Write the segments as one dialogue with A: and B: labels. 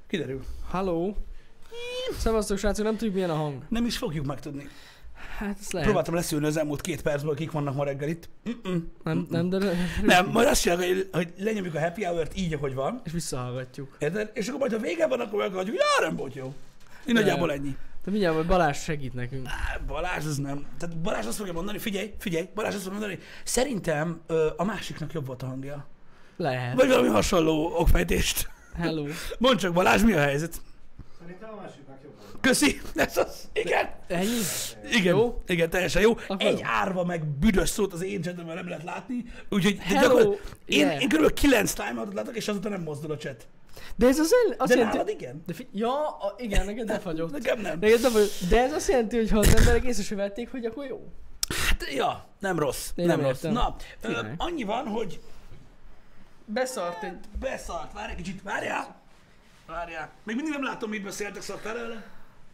A: Kiderül.
B: Halló? Szevasztok, srácok, nem tudjuk milyen a hang.
A: Nem is fogjuk megtudni.
B: Hát ez lehet.
A: Próbáltam leszűrni az elmúlt 2 percből, kik vannak ma reggel itt.
B: Nem, de...
A: Nem, majd azt csináljuk, hogy lenyomjuk a happy hour-t így, ahogy van.
B: És visszahallgatjuk.
A: Érted? És akkor majd, ha vége van, akkor meghallgatjuk, hogy nem volt jó. Én nagyjából ennyi.
B: De mindjárt majd Balázs segít nekünk.
A: Balázs az nem. Tehát Balázs azt fogja mondani, figyelj, Balázs azt fogja mondani, szerintem a másiknak jobb volt a hangja.
B: Lehet.
A: Vagy valami hasonló okfejtést.
B: Hello.
A: Mondd csak, Balázs, mi a helyzet?
C: Szerintem a másiknak jobb volt.
A: Köszi, ez az. Igen.
B: Ennyi?
A: Igen,
B: Jó?
A: igen, teljesen jó.
B: Akkor
A: Egy
B: jó.
A: árva meg büdös szót az én chatemben nem lehet látni, úgyhogy
B: Hello. Yeah.
A: én kb. 9 timeoutot látok, és azután nem mozdul a chat.
B: De ez azt
A: De
B: jelenti...
A: nálad igen?
B: De igen, neked befagyott.
A: Nekem nem.
B: Neked befagyott. De ez azt jelenti, hogy ha az emberek észre se vették, hogy akkor jó.
A: Hát, ja, nem rossz.
B: Én
A: Nem
B: nem
A: rossz.
B: értem.
A: Na,
B: Király.
A: annyi van, hogy
B: Beszart egy...
A: beszart. Várj egy kicsit, várjál. Még mindig nem látom, mit beszéltek, szoktál előle.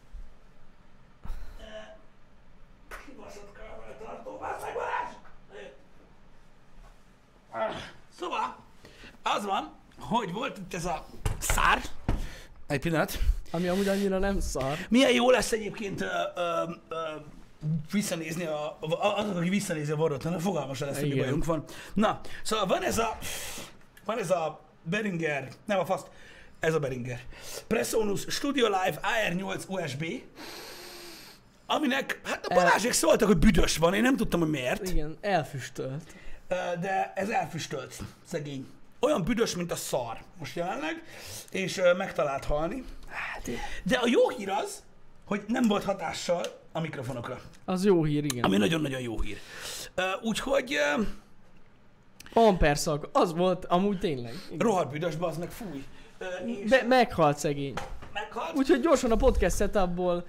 A: Kibaszott kameratartó, bász meg Balázs! Szóval, az van, hogy volt itt ez a szár. Egy pillanat.
B: Ami amúgy annyira nem szar.
A: Milyen jó lesz egyébként visszanézni azok, aki visszanézi a Warrot, fogalmasan lesz, hogy mi
B: Igen.
A: bajunk van. Na, szóval van ez a Behringer, nem a faszt, ez a Behringer. Presonus Studio Live AR8 USB, aminek, hát a Balázsék szóltak, hogy büdös van, én nem tudtam, hogy miért,
B: Igen, elfüstölt.
A: de ez elfüstölt, szegény. Olyan büdös, mint a szar most jelenleg, és meg talált halni.
B: Hát,
A: De a jó hír az, hogy nem volt hatással a mikrofonokra,
B: az jó hír, igen.
A: ami nagyon-nagyon jó hír. Úgyhogy
B: Amperszak, az volt amúgy tényleg. Igen.
A: rohadt büdös, bazd meg, fúj. És
B: Meghalt szegény.
A: meghalt.
B: Úgyhogy gyorsan a podcast setupból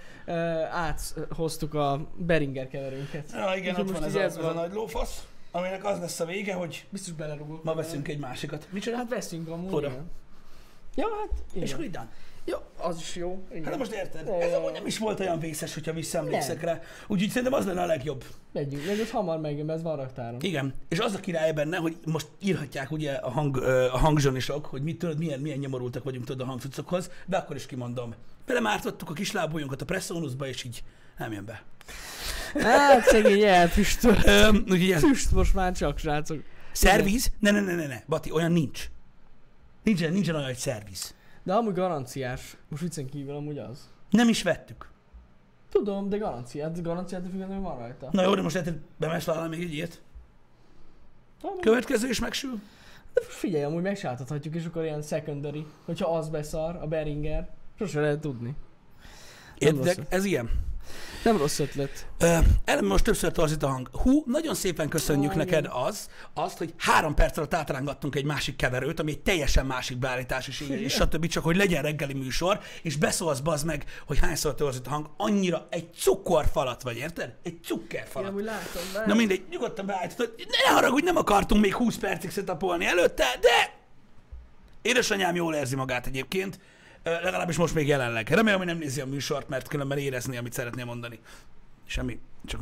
B: áthoztuk a Behringer keverőnket.
A: Ja, igen,
B: Úgyhogy
A: ott van
B: most
A: ez,
B: így
A: ez a nagy lófasz, aminek az lesz a vége, hogy
B: Biztos belerugok.
A: ma veszünk egy másikat. Micsoda?
B: Hát veszünk amúgy.
A: Oda.
B: Igen. Ja, hát igen.
A: És akkor így van.
B: Ja, az is jó. Igen.
A: Hát de most érted?
B: Ja,
A: Ez
B: ja,
A: amúgy
B: ja.
A: nem is volt olyan vészes, hogyha visszaemlékszek
B: Nem.
A: rá. Úgyhogy szerintem az lenne a legjobb.
B: Megyünk, meg ott hamar megjön, mert ez van raktáron.
A: Igen. És az a király benne, hogy most írhatják ugye a hangzsonisok, hogy mit tudod, milyen nyomorultak vagyunk tudod a hangcuccokhoz, de akkor is kimondom. Belemártottuk a kislábújunkat a Presonusba, és így nem jön be.
B: Hát szegény elfüstölt.
A: Úgyhogy ez...
B: Füst most már csak, srácok.
A: Szerviz? Ne, Bati, olyan nincs. Nincsen olyan, hogy szerviz.
B: De amúgy garanciás. Most viccen kívül amúgy az.
A: Nem is vettük.
B: Tudom, de garanciát függetlenül van rajta.
A: Na jó, de most lehet, hogy bemes vállalni még egy ilyet.
B: Amúgy-
A: Következő is megsül.
B: De figyelj, amúgy megsátadhatjuk, és akkor ilyen secondary, hogyha az beszar, a Behringer, sose lehet tudni. Nem
A: Érted?
B: rossz.
A: Ez ilyen.
B: Nem rossz ötlet.
A: Ellen most többször torzít a hang. Nagyon szépen köszönjük neked azt, hogy 3 perc alatt átrángattunk egy másik keverőt, ami egy teljesen másik beállítás, és stb. Csak hogy legyen reggeli műsor, és beszólsz bazd meg, hogy hányszor torzít a hang. Annyira egy cukorfalat vagy, érted? Egy
B: Én
A: cukkerfalat.
B: amúgy látom,
A: Na mindegy, nyugodtan beállítod. Ne haragudj, nem akartunk még 20 percig setupolni előtte, de édesanyám jól érzi magát egyébként. Legalábbis most még jelenleg. Remélem, hogy nem nézi a műsort, mert különben érezni, amit szeretnél mondani. Semmi,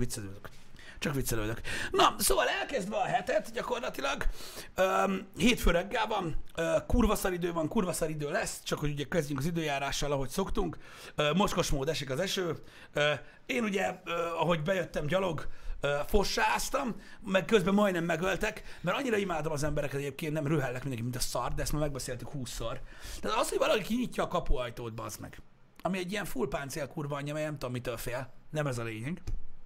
A: csak viccelődök. Na, szóval elkezdve a hetet gyakorlatilag, hétfő reggel van, kurva szar idő lesz, csak hogy ugye kezdjünk az időjárással, ahogy szoktunk. Mocskos mód esik az eső. Én ugye, ahogy bejöttem gyalog, fossáztam, meg közben majdnem megöltek, mert annyira imádom az embereket egyébként, nem rühellek mindenki, mint a szar, de ezt már megbeszéltük 20-szor. Tehát az, hogy valaki kinyitja a kapuajtót, bazd meg, ami egy ilyen full páncél kurva anyja, mert nem tudom mitől fél, nem ez a lényeg,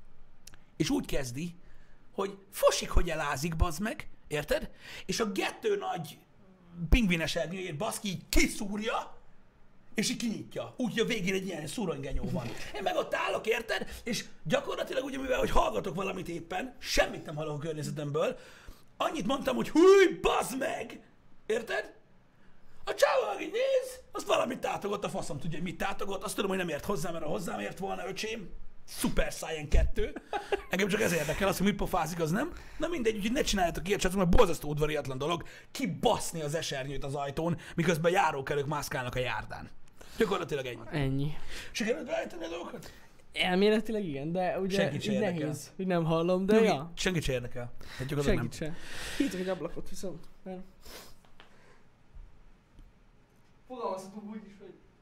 A: és úgy kezdi, hogy fosik, hogy elázik, bazd meg, érted? És a gettő nagy pingvines ernyőjét baszki így kiszúrja, és így kinyitja. Úgy, hogy a végén egy ilyen szuronygenyó van. Én meg ott állok, érted? És gyakorlatilag ugye, mivel hogy hallgatok valamit éppen, semmit nem hallok a környezetemből, annyit mondtam, hogy húj, bazd meg! Érted? A csávó meg így néz, azt valamit tátogott, a faszom tudja, hogy mit tátogott, azt tudom, hogy nem ért hozzá, mert ha hozzám ért volna, öcsém, Super Saiyan 2. Engem csak ez érdekel, az, hogy mit pofázik, az nem. Na mindegy, úgyhogy ne csináljátok ilyet, csak mert borzasztó udvariatlan dolog kibaszni az esernyőt az ajtón, miközben járókelők mászkálnak a járdán. Gyakorlatilag ennyi.
B: Ennyi.
A: Sikerült beállítani a dolgokat?
B: Elméletileg igen, de ugye
A: Senkit se
B: így
A: érdekel.
B: nehéz, hogy nem hallom, de ja.
A: Senkit se érdekel. Hát gyakorlatilag
B: Senkit se. Hítok egy ablakot viszont. Fogalmazhatunk úgy is, hogy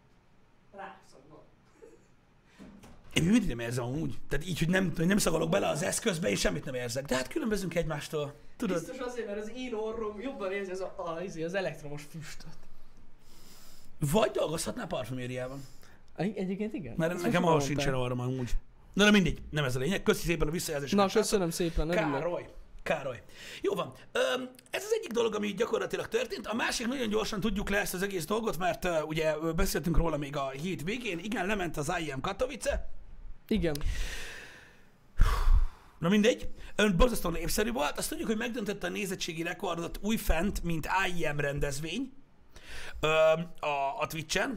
B: Rászagol.
A: Én mindig nem érzem amúgy. Tehát így, hogy nem szagolok bele az eszközbe, és semmit nem érzek. De hát különbözünk egymástól. Tudod?
B: Biztos azért, mert az én orrom jobban érzi az elektromos füstöt.
A: Vagy dolgozhatnál parfümériában.
B: Egyébként igen.
A: Mert
B: Ezt
A: nekem
B: most
A: ahhoz
B: mondták.
A: sincsen arra amúgy. De mindegy, nem ez a lényeg. Köszi szépen a visszajelzést.
B: Na, köszönöm szépen. Örülök.
A: Károly. Jó van. Ez az egyik dolog, ami gyakorlatilag történt. A másik, nagyon gyorsan tudjuk le ezt az egész dolgot, mert ugye beszéltünk róla még a hét végén. Igen, lement az IEM Katowice.
B: Igen.
A: Na mindegy. Borzasztóan népszerű volt. Azt tudjuk, hogy megdöntötte a nézettségi rekordot újfent, mint IEM rendezvény a Twitch-en.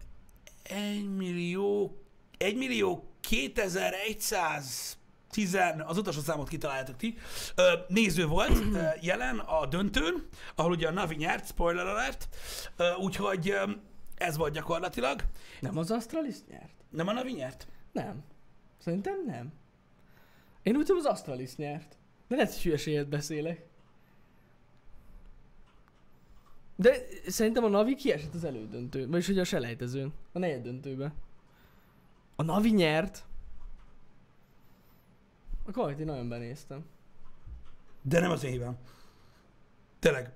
A: 1.200.110, az utolsó számot kitaláljátok ti, néző volt jelen a döntőn, ahol ugye a Navi nyert, spoiler alert, úgyhogy ez volt gyakorlatilag.
B: Nem az Astralis nyert?
A: Nem a Navi nyert?
B: Nem. Szerintem nem. Én úgy tudom, az Astralis nyert. De lehet, hogy hülyeséget beszélek. De szerintem a Navi kiesett az elődöntőn. Vagyis ugye a selejtezőn. A negyeddöntőbe. A Navi nyert. A Kajti nagyon benéztem.
A: De nem az én hibám. Tényleg.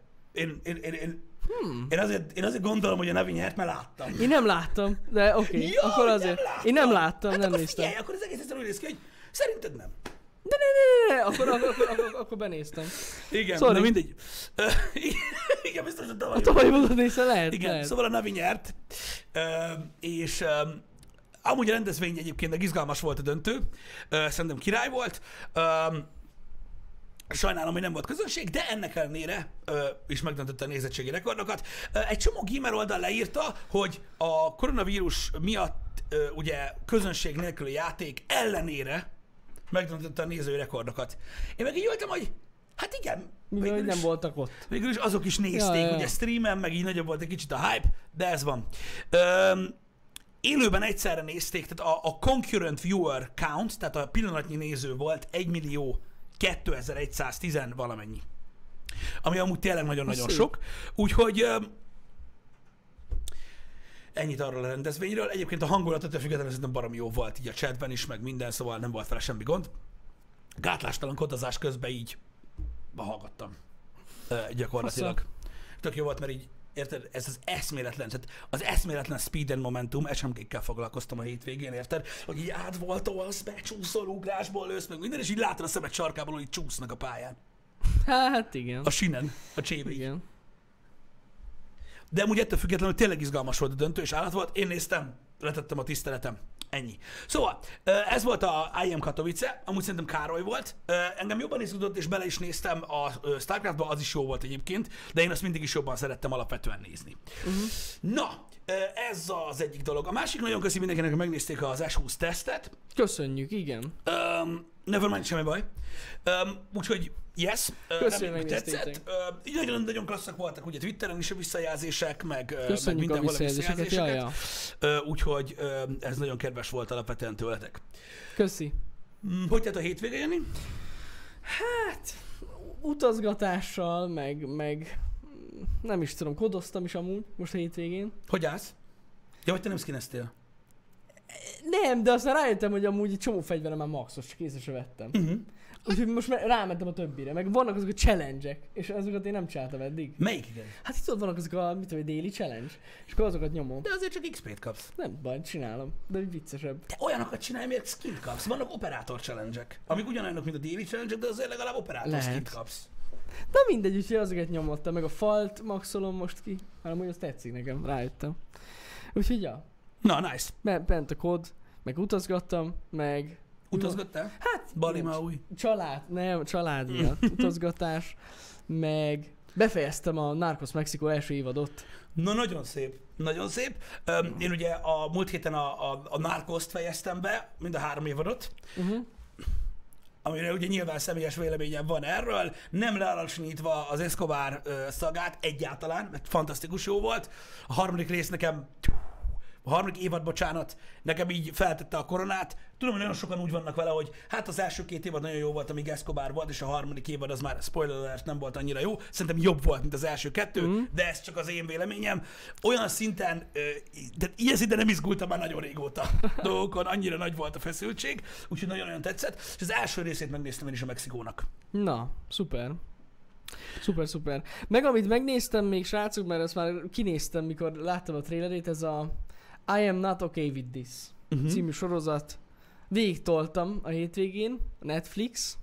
A: Én azért gondolom, hogy a Navi nyert, mert láttam.
B: Én nem láttam, de oké.
A: Ja,
B: Akkor azért. Én nem láttam,
A: hát
B: nem
A: akkor
B: néztem.
A: Figyelj, akkor az egész egyszerűen úgy néz ki, hogy szerinted nem.
B: De ne, akkor benéztem.
A: Igen,
B: Sorry.
A: na mindegy. Igen, biztos, hogy
B: A tavalyi volt nézve lehet.
A: Igen,
B: lehet.
A: szóval a Navi nyert, és amúgy a rendezvény egyébként izgalmas volt a döntő, szerintem király volt. Sajnálom, hogy nem volt közönség, de ennek ellenére is megdöntötte a nézettségi rekordokat. Egy csomó gamer oldal leírta, hogy a koronavírus miatt ugye közönség nélküli játék ellenére megdöntötte a nézői rekordokat. Én meg így voltam, hogy hát igen.
B: Mivel nem voltak ott.
A: Végül is azok is nézték,
B: Ja.
A: ugye streamen, meg így nagyobb volt egy kicsit a hype, de ez van. Élőben egyszerre nézték, tehát a concurrent viewer count, tehát a pillanatnyi néző volt 1.2.110 valamennyi. Ami amúgy tényleg nagyon-nagyon
B: szép.
A: sok. Úgyhogy ennyit arról a rendezvényről. Egyébként a hangulat ettől függetlenül szerintem baromi jó volt így a chatben is, meg minden, szóval nem volt vele semmi gond. Gátlástalan kodozás közben így hallgattam gyakorlatilag. Tök jó volt, mert így érted, ez az eszméletlen, tehát az eszméletlen speed and momentum, SMG-kkel foglalkoztam a hétvégén, érted? Hogy így átvoltolsz, becsúszol, ugrásból lősz, meg minden, és így látod a szemed sarkából, hogy így csúsznak a pályán.
B: Hát igen.
A: A sinen, a csébe.
B: Igen.
A: De amúgy ettől függetlenül tényleg izgalmas volt a döntő, és állat volt. Én néztem, letettem a tiszteletem. Ennyi. Szóval, ez volt a IEM Katowice, amúgy szerintem Károly volt. Engem jobban izgudott, és bele is néztem a Starcraftba, az is jó volt egyébként, de én azt mindig is jobban szerettem alapvetően nézni. Na, ez az egyik dolog. A másik nagyon köszi mindenkinek, hogy megnézték az S20 tesztet.
B: Köszönjük, igen.
A: Nevermind, semmi baj. Úgyhogy yes,
B: Köszönjük,
A: reméljük,
B: megnéztétek.
A: tetszett. Így nagyon klasszak voltak ugye Twitteren is a visszajelzések, meg
B: Köszönjük
A: mindenhol
B: a visszajelzéseket. Ja.
A: Úgyhogy ez nagyon kedves volt alapvetően tőletek.
B: Köszi.
A: Hogy tett a hétvége, Jani?
B: Hát, utazgatással, meg nem is tudom, kodoztam is amúgy most a hétvégén.
A: Hogy állsz? Ja, hogy te nem skineztél?
B: Nem, de aztán rájöttem, hogy amúgy egy csomó fegyverem már maxos, csak észre se vettem. Úgyhogy most rámentem a többire, meg vannak azok a challenge-ek, és azokat én nem csináltam eddig.
A: Melyik igen?
B: Hát itt ott vannak azok a, mit tudom, daily challenge, és akkor azokat nyomom.
A: De azért csak XP-t kapsz.
B: Nem baj, csinálom, de úgy viccesebb.
A: Te olyanokat csinálj, miért skint kapsz. Vannak operátor challenge-ek, amik ugyanolyanok, mint a daily challenge de azért legalább operátor
B: Lehet.
A: skint kapsz.
B: De mindegy, úgyhogy azokat nyomottam, meg a falt maxolom most ki, hanem hogy az tetszik nekem, rájöttem. Úgyhogy ja,
A: Na, nice.
B: bent a kod, meg utazgattam, meg...
A: Utazgattál?
B: Hát,
A: Bali
B: igen,
A: Maui.
B: család miatt utazgatás, meg befejeztem a Narcos Mexico első évadot.
A: Na, nagyon szép. Nagyon szép. Én ugye a múlt héten a Narcoszt fejeztem be, mind a 3 évadot, amire ugye nyilván személyes véleményem van erről, nem lealacsonyítva az Escobar szagát egyáltalán, mert fantasztikus jó volt. A 3. rész nekem a harmadik évad, bocsánat, nekem így feltette a koronát. Tudom, hogy nagyon sokan úgy vannak vele, hogy hát az első 2 évad nagyon jó volt, amíg Escobar volt, és a harmadik évad az már, spoiler alert, nem volt annyira jó. Szerintem jobb volt, mint az első 2, de ez csak az én véleményem. Olyan szinten, de ilyen szinten nem izgultam már nagyon régóta dolgokon, annyira nagy volt a feszültség, úgyhogy nagyon-nagyon tetszett. És az első részét megnéztem én is a Mexikónak.
B: Na, szuper. Szuper. Meg amit megnéztem még, srácok, mert ezt már kinéztem, mikor láttam a trailerét, ez a I Am Not Okay With This című sorozat. Végigtoltam a hétvégén, a Netflix.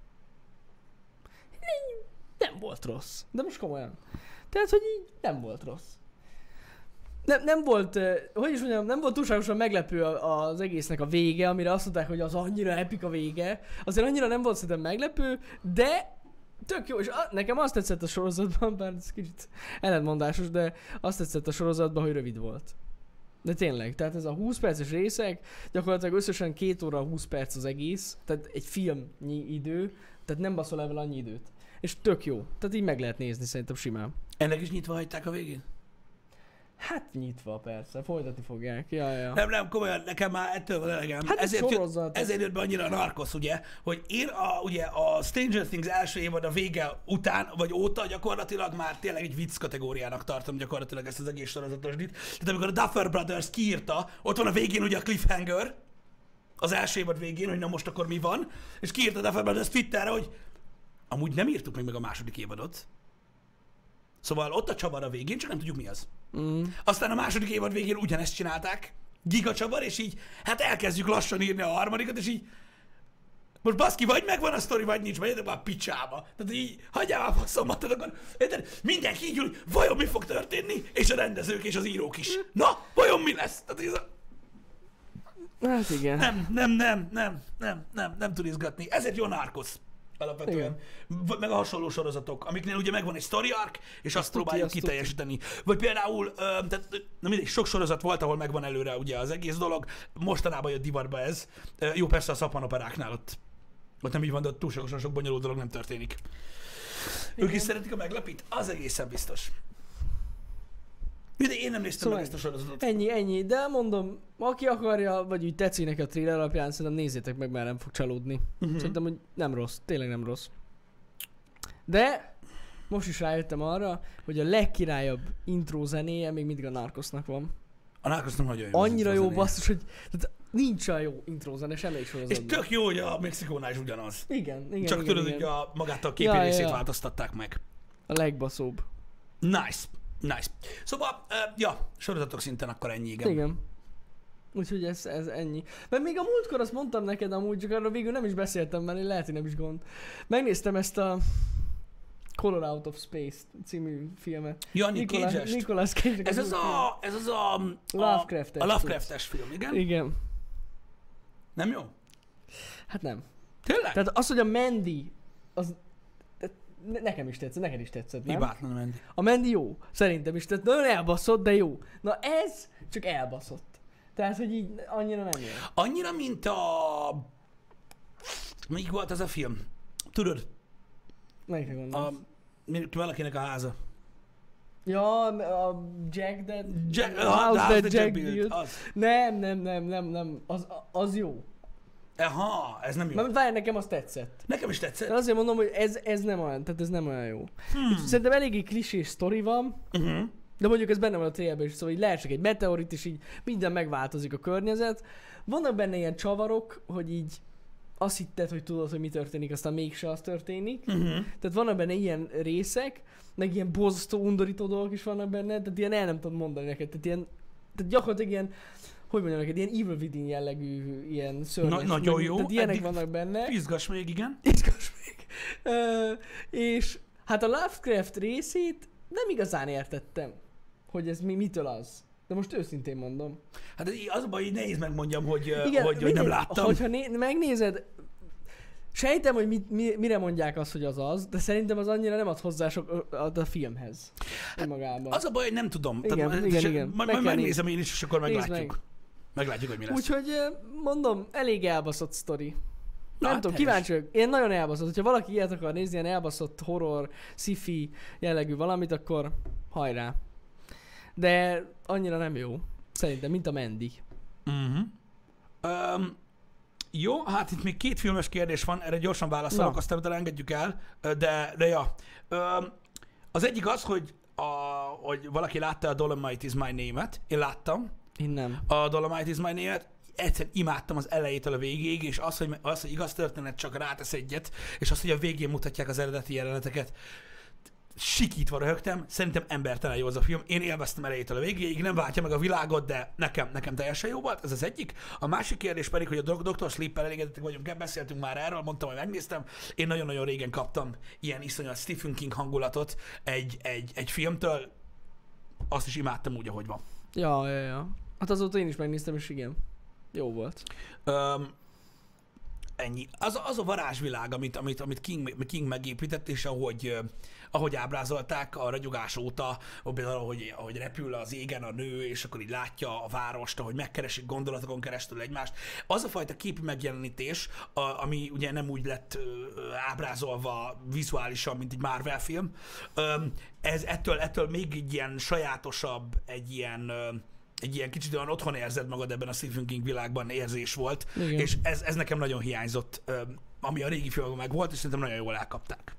B: Nem volt rossz. De most komolyan. Tehát, hogy így nem volt rossz. Nem volt, hogy is mondjam, nem volt túlságosan meglepő az egésznek a vége, amire azt mondták, hogy az annyira epik a vége. Azért annyira nem volt szerintem meglepő, de tök jó, és nekem azt tetszett a sorozatban, bár ez kicsit ellentmondásos, de azt tetszett a sorozatban, hogy rövid volt. De tényleg, tehát ez a 20 perces részek, gyakorlatilag összesen 2 óra 20 perc az egész, tehát egy filmnyi idő, tehát nem baszol el annyi időt. És tök jó, tehát így meg lehet nézni szerintem simán.
A: Ennek is nyitva hagyták a végén?
B: Hát nyitva persze, folytatni fogják, ja.
A: Nem, komolyan, nekem már ettől van elegem.
B: Hát
A: ezért jött be annyira a Narcos, ugye, hogy én ugye a Stranger Things első évad a vége után, vagy óta gyakorlatilag már tényleg egy vicc kategóriának tartom gyakorlatilag ezt az egész sorozatosdit. Tehát amikor a Duffer Brothers kiírta, ott van a végén ugye a cliffhanger, az első évad végén, hogy na most akkor mi van, és kiírta a Duffer Brothers Twitterre, hogy amúgy nem írtuk még meg a második évadot. Szóval ott a csavar a végén, csak nem tudjuk mi az. Aztán a második évad végén ugyanezt csinálták, gigacsavar, és így, hát elkezdjük lassan írni a harmadikat, és így, most baszki, vagy megvan a sztori, vagy nincs, vagy már picsába. Tehát így, hagyjál már faszomat, akkor mindenki így ül, hogy vajon mi fog történni, és a rendezők és az írók is. Na, vajon mi lesz? Tehát ez a...
B: Hát igen.
A: Nem tud izgatni. Ezért jó Narcos. Alapvetően. Meg a hasonló sorozatok, amiknél ugye megvan egy story arc, és azt próbáljuk kiteljesíteni. Vagy például, tehát, na mindegy, sok sorozat volt, ahol megvan előre ugye az egész dolog, mostanában jött divatba ez. Jó, persze a szappanoperáknál ott nem így van, de ott túlságosan sok bonyolult dolog nem történik. Igen. Ők is szeretik a meglepít? Az egészen biztos. De én nem néztem meg ezt a sorozatot.
B: Ennyi, de mondom, aki akarja, vagy úgy tetszik neki a trailer alapján, szerintem nézzétek meg, mert nem fog csalódni. Szerintem, hogy nem rossz, tényleg nem rossz. De most is rájöttem arra, hogy a legkirályabb intro zenéje még mindig a Narcosnak van.
A: A Narcosnak nagyon jó.
B: Annyira jó basszus, hogy nincs olyan jó intro zene semmelyik sorozatban.
A: És tök jó, hogy a Mexikónál is ugyanaz.
B: Igen.
A: Csak tudod, hogy magát a képi részét változtatták meg.
B: A legbaszóbb.
A: Nice. Szóval, sorozatok szinten akkor ennyi,
B: Igen. Úgyhogy ez ennyi. Mert még a múltkor azt mondtam neked amúgy, csak arra végül nem is beszéltem, mert lehet, hogy nem is gond. Megnéztem ezt a Color Out of Space című filmet.
A: Jani Cage-est?
B: Nicolas Cage.
A: Ez az a Lovecraft-es film, igen?
B: Igen.
A: Nem jó?
B: Hát nem.
A: Tényleg?
B: Tehát az, hogy a Mandy, az nekem is tetszett, neked is tetszett, nem?
A: Hibátlan a Mandy.
B: A Mandy jó, szerintem is, tehát nagyon elbaszott, de jó. Na ez csak elbaszott. Tehát, hogy így annyira nem jó.
A: Annyira, mint a... Melyik volt az a film? Tudod?
B: Melyikre gondolsz?
A: Valakinek a háza.
B: Ja, a Jack That...
A: House That Jack Built.
B: Nem. Az jó.
A: Aha, ez nem jó.
B: Mert várj, nekem az tetszett.
A: Nekem is tetszett.
B: De azért mondom, hogy ez nem olyan, tehát ez nem olyan jó. Szerintem eléggé klisés sztori van, de mondjuk ez benne van a trailerben is, szóval így leesik egy meteorit, és így minden megváltozik a környezet. Vannak benne ilyen csavarok, hogy így azt hitted, hogy tudod, hogy mi történik, aztán mégse az történik. Tehát vannak benne ilyen részek, meg ilyen borzasztó, undorító dolgok is vannak benne, tehát ilyen el nem tudom mondani neked. Tehát gyakorlatilag ilyen, hogy mondjam neked, ilyen Evil Within jellegű, ilyen szörnyes.
A: Nagyon jó.
B: Tehát ilyenek vannak benne.
A: Izgass még, igen.
B: Izgass még. És hát a Lovecraft részét nem igazán értettem, hogy ez mitől az. De most őszintén mondom.
A: Hát az a baj, hogy nehéz megmondjam, hogy nem láttam.
B: Hogyha megnézed, sejtem, hogy mire mondják azt, hogy az, de szerintem az annyira nem ad hozzá sok a filmhez. Magában.
A: Az a baj, hogy nem tudom.
B: Igen.
A: Majd megnézem én is, és akkor meglátjuk. Meglátjuk, hogy mi lesz.
B: Úgyhogy mondom, elég elbaszott sztori. Nem tudom,
A: helyes.
B: kíváncsi vagyok. Én nagyon elbaszott. Hogyha valaki ilyet akar nézni, ilyen elbaszott horror, sci-fi jellegű valamit, akkor hajrá. De annyira nem jó. Szerintem, mint a Mandy.
A: Jó, hát itt még 2 filmes kérdés van, erre gyorsan válaszolok,
B: Na.
A: aztán utána engedjük el, de ja. Az egyik az, hogy valaki látta a Dolomite is my name-et, én láttam
B: Én nem.
A: a Dolomite is my name-et, egyszerűen imádtam az elejétől a végéig, és az, hogy igaz történet csak rátesz egyet, és az, hogy a végén mutatják az eredeti jeleneteket, sikítva röhögtem, szerintem embertelen jó az a film. Én élveztem elejétől a végéig, nem váltja meg a világot, de nekem teljesen jó volt, ez az egyik. A másik kérdés pedig, hogy a Dr. Sleep-el elégedettek vagyunk, beszéltünk már erről, mondtam, hogy megnéztem. Én nagyon-nagyon régen kaptam ilyen iszonyat Stephen King hangulatot egy filmtől, azt is imádtam úgy, ahogy van.
B: Ja. Hát azóta én is megnéztem, és igen. Jó volt.
A: Ennyi. Az a varázsvilág, amit King megépített, és ahogy ábrázolták a ragyogás óta, például ahogy repül az égen a nő, és akkor így látja a várost, ahogy megkeresik gondolatokon keresztül egymást. Az a fajta képi megjelenítés, ami ugye nem úgy lett ábrázolva vizuálisan, mint egy Marvel film, ez ettől még egy ilyen sajátosabb, egy ilyen kicsit olyan otthon érzed magad ebben a Stephen King világban érzés volt,
B: Igen.
A: és ez nekem nagyon hiányzott, ami a régi filmben meg volt, és szerintem nagyon jól elkapták.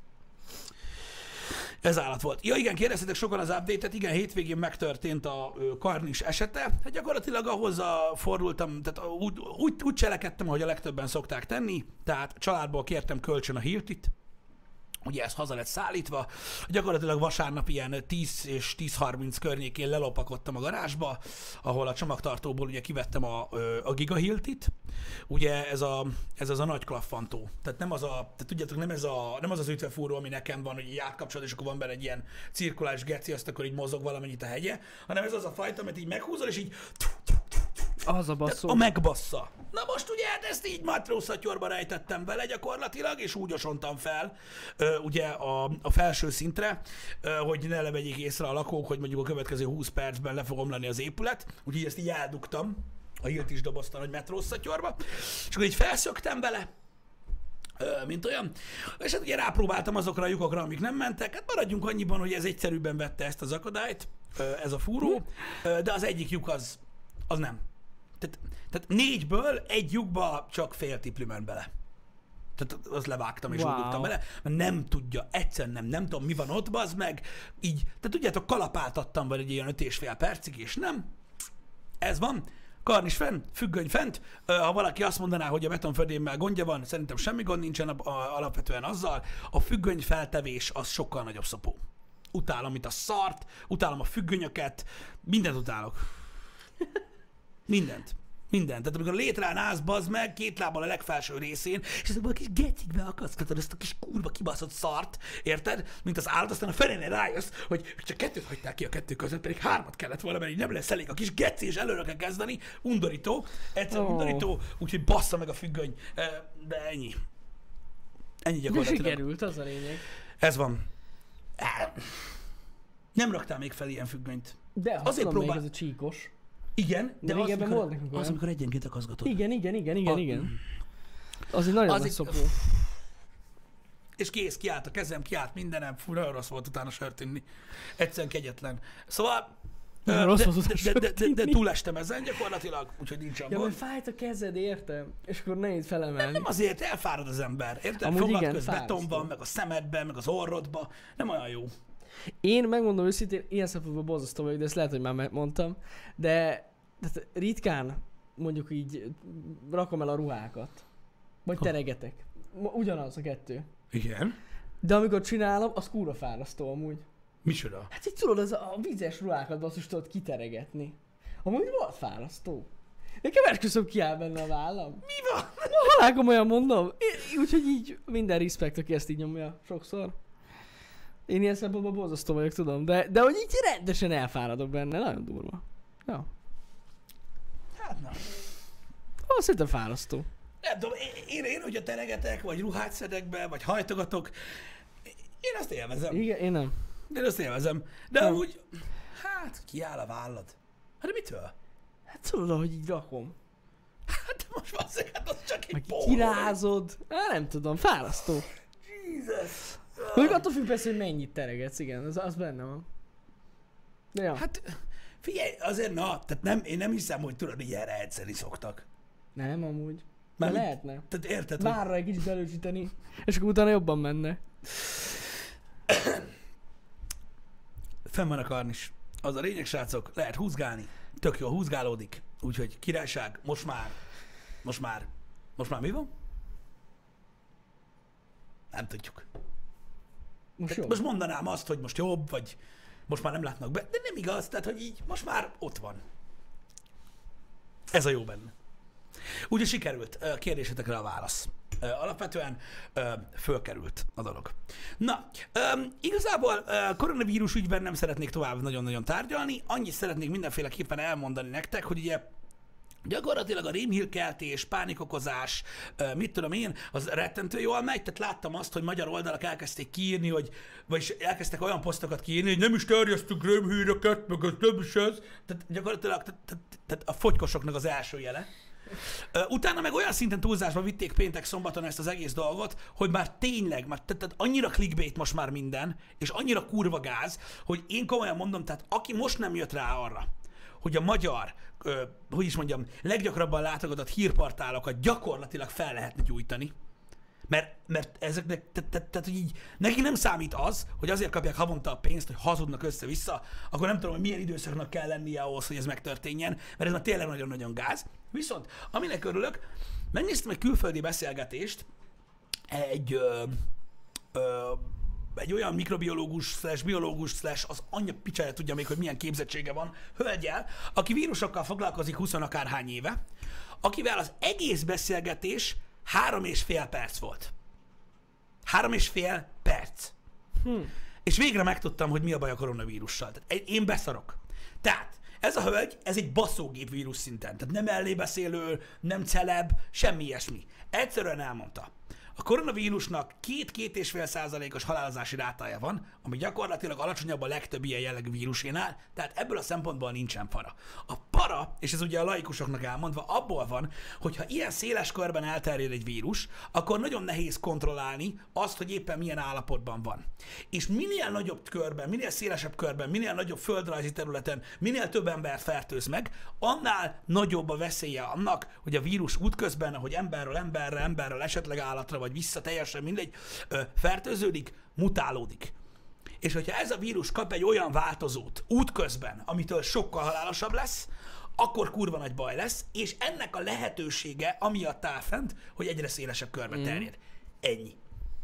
A: Ez állat volt. Ja igen, kérdeztetek sokan az update-et, igen, hétvégén megtörtént a Karnis esete, hát gyakorlatilag ahhoz fordultam, tehát úgy cselekedtem, ahogy a legtöbben szokták tenni, tehát családból kértem kölcsön a Hiltit, ugye ez haza lett szállítva, gyakorlatilag vasárnap ilyen 10 és 10:30 környékén lelopakodtam a garázsba, ahol a csomagtartóból ugye kivettem a Giga Hiltit, ugye ez az a nagy klaffantó, tehát tehát tudjátok, nem az ütvefúró, ami nekem van, hogy így átkapcsolod, és akkor van benne egy ilyen cirkuláris geci, azt akkor így mozog valamennyit a hegye, hanem ez az a fajta, amit így meghúzol, és így
B: Az a basszó.
A: a megbassza. Na most ugye hát ezt így matrózszatyorba rejtettem vele gyakorlatilag, és úgy osontam fel ugye a felső szintre, hogy ne levegyék észre a lakók, hogy mondjuk a következő 20 percben le fog omlani az épület, úgyhogy ezt így eldugtam a Hilt is dobozta nagy matrózszatyorba, és akkor így felszöktem bele, mint olyan, és hát ugye rápróbáltam azokra a lyukokra, amik nem mentek, hát maradjunk annyiban, hogy ez egyszerűbben vette ezt az akadályt, ez a fúró, de az egyik lyuk az nem. Tehát 4-ből egy lyukba csak fél tipli ment bele. Tehát azt levágtam és
B: Wow.
A: úgy dugtam bele, mert nem tudja, egyszerűen nem tudom mi van ott, bazd meg, így, tehát tudjátok, kalapáltattam vele egy ilyen 5,5 percig, és nem. Ez van. Karnis fenn, függöny fent. Ha valaki azt mondaná, hogy a betonfödémmel gondja van, szerintem semmi gond nincsen alapvetően azzal. A függöny feltevés az sokkal nagyobb szopó. Utálom itt a szart, utálom a függönyöket, mindent utálok. Mindent. Tehát amikor létrán állsz, bazd meg, 2 lábbal a legfelső részén, és ezekből a kis gecikbe akasztod ezt a kis kurva kibaszott szart, érted? Mint az állat, aztán a felére rájössz, hogy csak 2 hagyták ki a 2 között, pedig 3 kellett volna, mert így nem lesz elég a kis geci, és előre kell kezdeni. Undorító, undorító, úgyhogy bassza meg a függöny. De ennyi. Ennyi
B: De
A: gyakorlatilag.
B: sikerült, az a lényeg.
A: Ez van. Nem raktál még fel ilyen függönyt.
B: De ha
A: Azért
B: tudom,
A: próbál-
B: még ez a csíkos.
A: Igen, de az,
B: régebben volt nekünk
A: az,
B: olyan.
A: amikor egyenként akaszgatod.
B: Igen. Az egy nagyon
A: Az
B: nagy
A: egy-
B: szopó.
A: És kész, kiállt a kezem, kiállt mindenem, fú, nagyon rossz volt utána sört inni. Egyszerűen kegyetlen. Szóval,
B: Nagyon rossz volt utána
A: de
B: sört inni.
A: túlestem ezen gyakorlatilag, úgyhogy nincsen
B: Ja,
A: gond.
B: mert fájt a kezed, értem? És akkor nehéz felemelni.
A: Nem azért, elfárad az ember, érted?
B: Amúgy
A: Fogad
B: igen,
A: köz
B: fárasztó.
A: betonban, meg a szemedben, meg az orrodba. Nem olyan jó.
B: Én megmondom őszintén, ilyen szempontból borzasztó vagyok, de ezt lehet, hogy már mondtam, de tehát ritkán mondjuk így rakom el a ruhákat. Vagy teregetek. Ugyanaz a 2.
A: Igen.
B: De amikor csinálom, az kurva fárasztó amúgy.
A: Micsoda?
B: Hát így tudod, az a vizes ruhákat basszus tudod kiteregetni. Amúgy volt fárasztó. Nekem esküszöm kiáll benne a vállam.
A: Mi van?
B: Halál komolyan mondom. Úgyhogy így minden respekt, aki ezt így nyomja sokszor. Én ilyen szempontból borzasztó vagyok, tudom, de hogy így rendesen elfáradok benne, nagyon durva. Ja.
A: Hát na.
B: Szerintem fárasztó.
A: Nem tudom, én hogyha teregetek, vagy ruhát szedek be, vagy hajtogatok, én azt élvezem.
B: Igen, én nem.
A: Én azt élvezem. De
B: Nem.
A: amúgy, hát kiáll a vállad. Hát de mitől?
B: Hát tudod, hogy így rakom.
A: Hát de most valószínűleg hát az csak egy
B: Meg
A: póló.
B: kirázod. Hát nem tudom, fárasztó.
A: Jesus.
B: Mondjuk attól függ persze, hogy mennyit teregetsz, igen, az benne van. De ja.
A: Hát Figyelj, azért tehát én nem hiszem, hogy tudod, így erre edzeni szoktak.
B: Nem, amúgy. De
A: Mármint-
B: lehetne.
A: Tehát érted, hogy
B: Várra egy kicsit elősíteni, és akkor utána jobban menne.
A: fenn van a karnis. Az a lényeg, srácok, lehet húzgálni, tök jól húzgálódik, úgyhogy királyság, most már mi van? Nem tudjuk.
B: Most
A: Tehát
B: jó.
A: most mondanám azt, hogy most jobb, vagy most már nem látnak be, de nem igaz, tehát hogy így most már ott van. Ez a jó benne. Úgyhogy sikerült kérdésetekre a válasz. Alapvetően fölkerült a dolog. Na, igazából koronavírus ügyben nem szeretnék tovább nagyon-nagyon tárgyalni, annyit szeretnék mindenféleképpen elmondani nektek, hogy ugye gyakorlatilag a rémhírkeltés, pánikokozás, mit tudom én, az rettentő jól megy, tehát láttam azt, hogy magyar oldalak elkezdték kiírni, vagyis elkezdtek olyan posztokat kiírni, hogy nem is terjesztünk rémhíreket, meg az nem is ez. Tehát gyakorlatilag tehát a fogykosoknak az első jele. Utána meg olyan szinten túlzásba vitték péntek-szombaton ezt az egész dolgot, hogy már tényleg, tehát annyira clickbait most már minden, és annyira kurva gáz, hogy én komolyan mondom, tehát aki most nem jött rá arra, hogy a magyar, hogy is mondjam, leggyakrabban látogatott hírportálokat gyakorlatilag fel lehetne gyújtani, mert ezeknek, tehát hogy így, neki nem számít az, hogy azért kapják havonta a pénzt, hogy hazudnak össze-vissza, akkor nem tudom, hogy milyen időszaknak kell lennie ahhoz, hogy ez megtörténjen, mert ez már tényleg nagyon-nagyon gáz. Viszont, aminek örülök, megnéztem egy külföldi beszélgetést egy olyan mikrobiológus / biológus / az anyja picsája tudja még, hogy milyen képzettsége van, hölgyel, aki vírusokkal foglalkozik 20 akárhány éve, akivel az egész beszélgetés 3,5 perc volt. 3,5 perc. És végre megtudtam, hogy mi a baj a koronavírussal. Tehát én beszarok. Tehát ez a hölgy, ez egy baszógép vírus szinten. Tehát nem ellébeszélő, nem celeb, semmi ilyesmi. Egyszerűen elmondta. A koronavírusnak 2-2,5%-os halálozási rátája van, ami gyakorlatilag alacsonyabb a legtöbb ilyen jellegű vírusénál, tehát ebből a szempontból nincsen para. A para, és ez ugye a laikusoknak elmondva, abból van, hogy ha ilyen széles körben elterjed egy vírus, akkor nagyon nehéz kontrollálni azt, hogy éppen milyen állapotban van. És minél nagyobb körben, minél szélesebb körben, minél nagyobb földrajzi területen, minél több embert fertőz meg, annál nagyobb a veszélye annak, hogy a vírus útközben, ahogy emberről emberre, emberről esetleg állatra, vagy vissza, teljesen mindegy, fertőződik, mutálódik. És hogyha ez a vírus kap egy olyan változót útközben, amitől sokkal halálosabb lesz, akkor kurva nagy baj lesz, és ennek a lehetősége amiatt áll fent, hogy egyre szélesebb körbe terjed. Ennyi.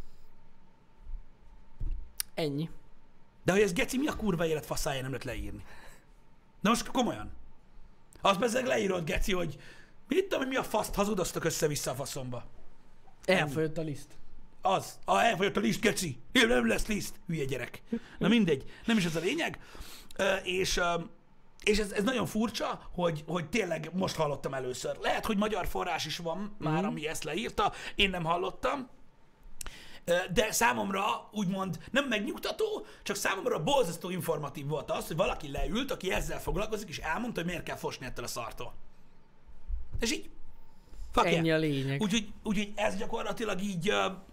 B: Ennyi.
A: De hogy ez geci, mi a kurva élet faszája nem lehet leírni? Na most komolyan. Azt bezzeg leírod, geci, hogy mit tudom, hogy mi a faszt hazudoztok össze-vissza a faszomba.
B: Elfogyott a liszt.
A: Elfogyott a liszt, geci. Nem lesz liszt. Hülye gyerek. Na mindegy. Nem is ez a lényeg. És ez nagyon furcsa, hogy tényleg most hallottam először. Lehet, hogy magyar forrás is van már, ami ezt leírta. Én nem hallottam. De számomra úgymond nem megnyugtató, csak számomra borzasztó informatív volt az, hogy valaki leült, aki ezzel foglalkozik, és elmondta, hogy miért kell fosni ettől a szartól. És így.
B: Ennyi a lényeg.
A: Úgyhogy ez gyakorlatilag így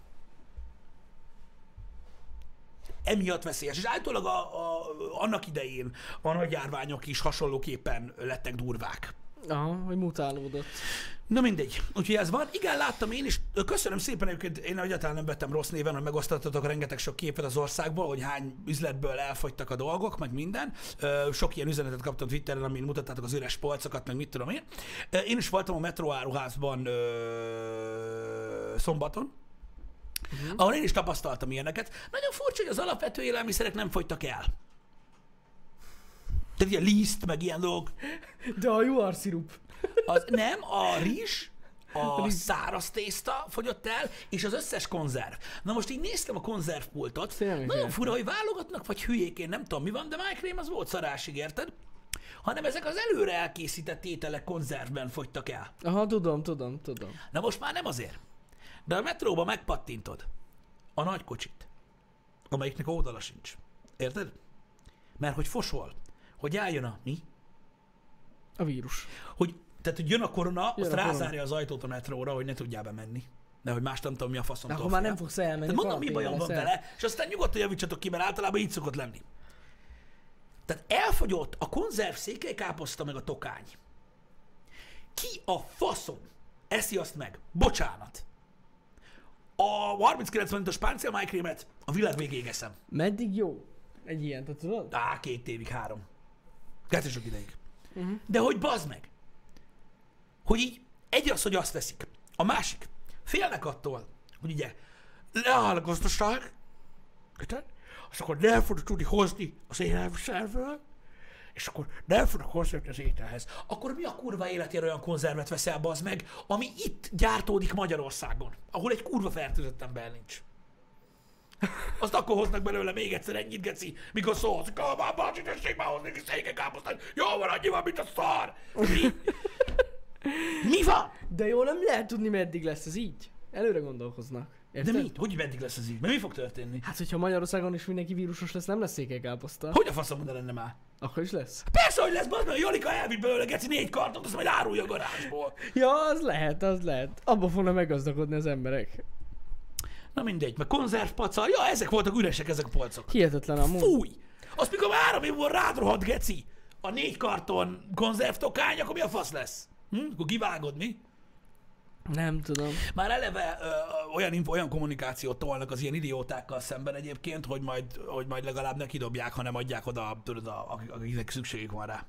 A: emiatt veszélyes. És általában annak idején a nagy járványok is hasonlóképpen lettek durvák.
B: Aha, hogy mutálódott.
A: Na mindegy. Úgyhogy ez van. Igen, láttam én is. Köszönöm szépen, egyébként én egyáltalán nem vettem rossz néven, hogy megosztottatok rengeteg sok képet az országból, hogy hány üzletből elfogytak a dolgok, meg minden. Sok ilyen üzenetet kaptam Twitteren, amin mutattátok az üres polcokat, meg mit tudom én. Én is voltam a Metro áruházban szombaton, ahol én is tapasztaltam ilyeneket. Nagyon furcsa, hogy az alapvető élelmiszerek nem fogytak el. Tehát ilyen liszt, meg ilyen dolgok.
B: De a juharszirup.
A: Nem, a rizs, a száraz tészta fogyott el, és az összes konzerv. Na most így néztem a konzervpultot, nagyon fura, hogy válogatnak, vagy hülyék, én nem tudom mi van, de MyCreme az volt szarásig, érted? Hanem ezek az előre elkészített ételek konzervben fogytak el.
B: Aha, tudom.
A: Na most már nem azért. De a metróba megpattintod a nagy kocsit, amelyiknek oldala sincs. Érted? Mert hogy fosol, hogy álljon a mi?
B: A vírus.
A: Tehát, hogy jön a korona, azt rázárja az ajtót a metróra, hogy ne tudjál bemenni. De hogy más nem tudom, mi a faszomtól.
B: Akkor már nem fogsz elmenni.
A: Tehát mondom, mi bajom van vele, és aztán nyugodtan javítsatok ki, mert általában így szokott lenni. Tehát elfogyott a konzerv székelykáposzta meg a tokány. Ki a faszom eszi azt meg? Bocsánat. A 39 forintos páncélmájkrémet a világ végéig eszem.
B: Meddig jó? Egy ilyen, te tudod?
A: 2 évig, 3. 2 sok ideig. De hogy bazd meg, hogy így egy az, hogy azt veszik. A másik, félnek attól, hogy ugye leáll a gazdaság, és akkor nem fogod tudni hozni az élelmiszerből, és akkor nem fognak hozzájutni az ételhez. Akkor mi a kurva életére olyan konzervet veszel, bazd meg, ami itt gyártódik Magyarországon, ahol egy kurva fertőzött ember nincs. Azt akkor hoznak belőle még egyszer ennyit, geci, mikor szólsz, hogy bácsi, tessék már hozni egy székelykáposztát, jó van, annyi van, mint a szar. Mi van?
B: De jó, nem lehet tudni, meddig lesz ez így. Előre gondolkoznak. Érted?
A: De mi? Hogy meddig lesz ez így? Mert mi fog történni?
B: Hát, hogyha Magyarországon is mindenki vírusos lesz, nem lesz székelykáposzta.
A: Hogy a faszom oda lenne már?
B: Akkor is lesz.
A: Persze, hogy lesz, bazd meg, Jolika elvitt belőle, geci, 4 kartont, azt majd árulja a garázsból.
B: Ja, az lehet, az lehet. Abba fognak meggazdagodni az emberek.
A: Na mindegy, meg konzervpacal, ja, ezek voltak üresek, ezek a polcok.
B: Hihetetlen amúgy.
A: Fúj! Azt mikor már 3 év múlva rád rohadt, geci, a 4 karton konzervtokány, akkor mi a fasz lesz? Akkor kivágod, mi?
B: Nem tudom.
A: Már eleve olyan kommunikációt tolnak az ilyen idiótákkal szemben egyébként, hogy majd legalább ne kidobják, hanem adják oda, tudod, akiknek szükségük van rá.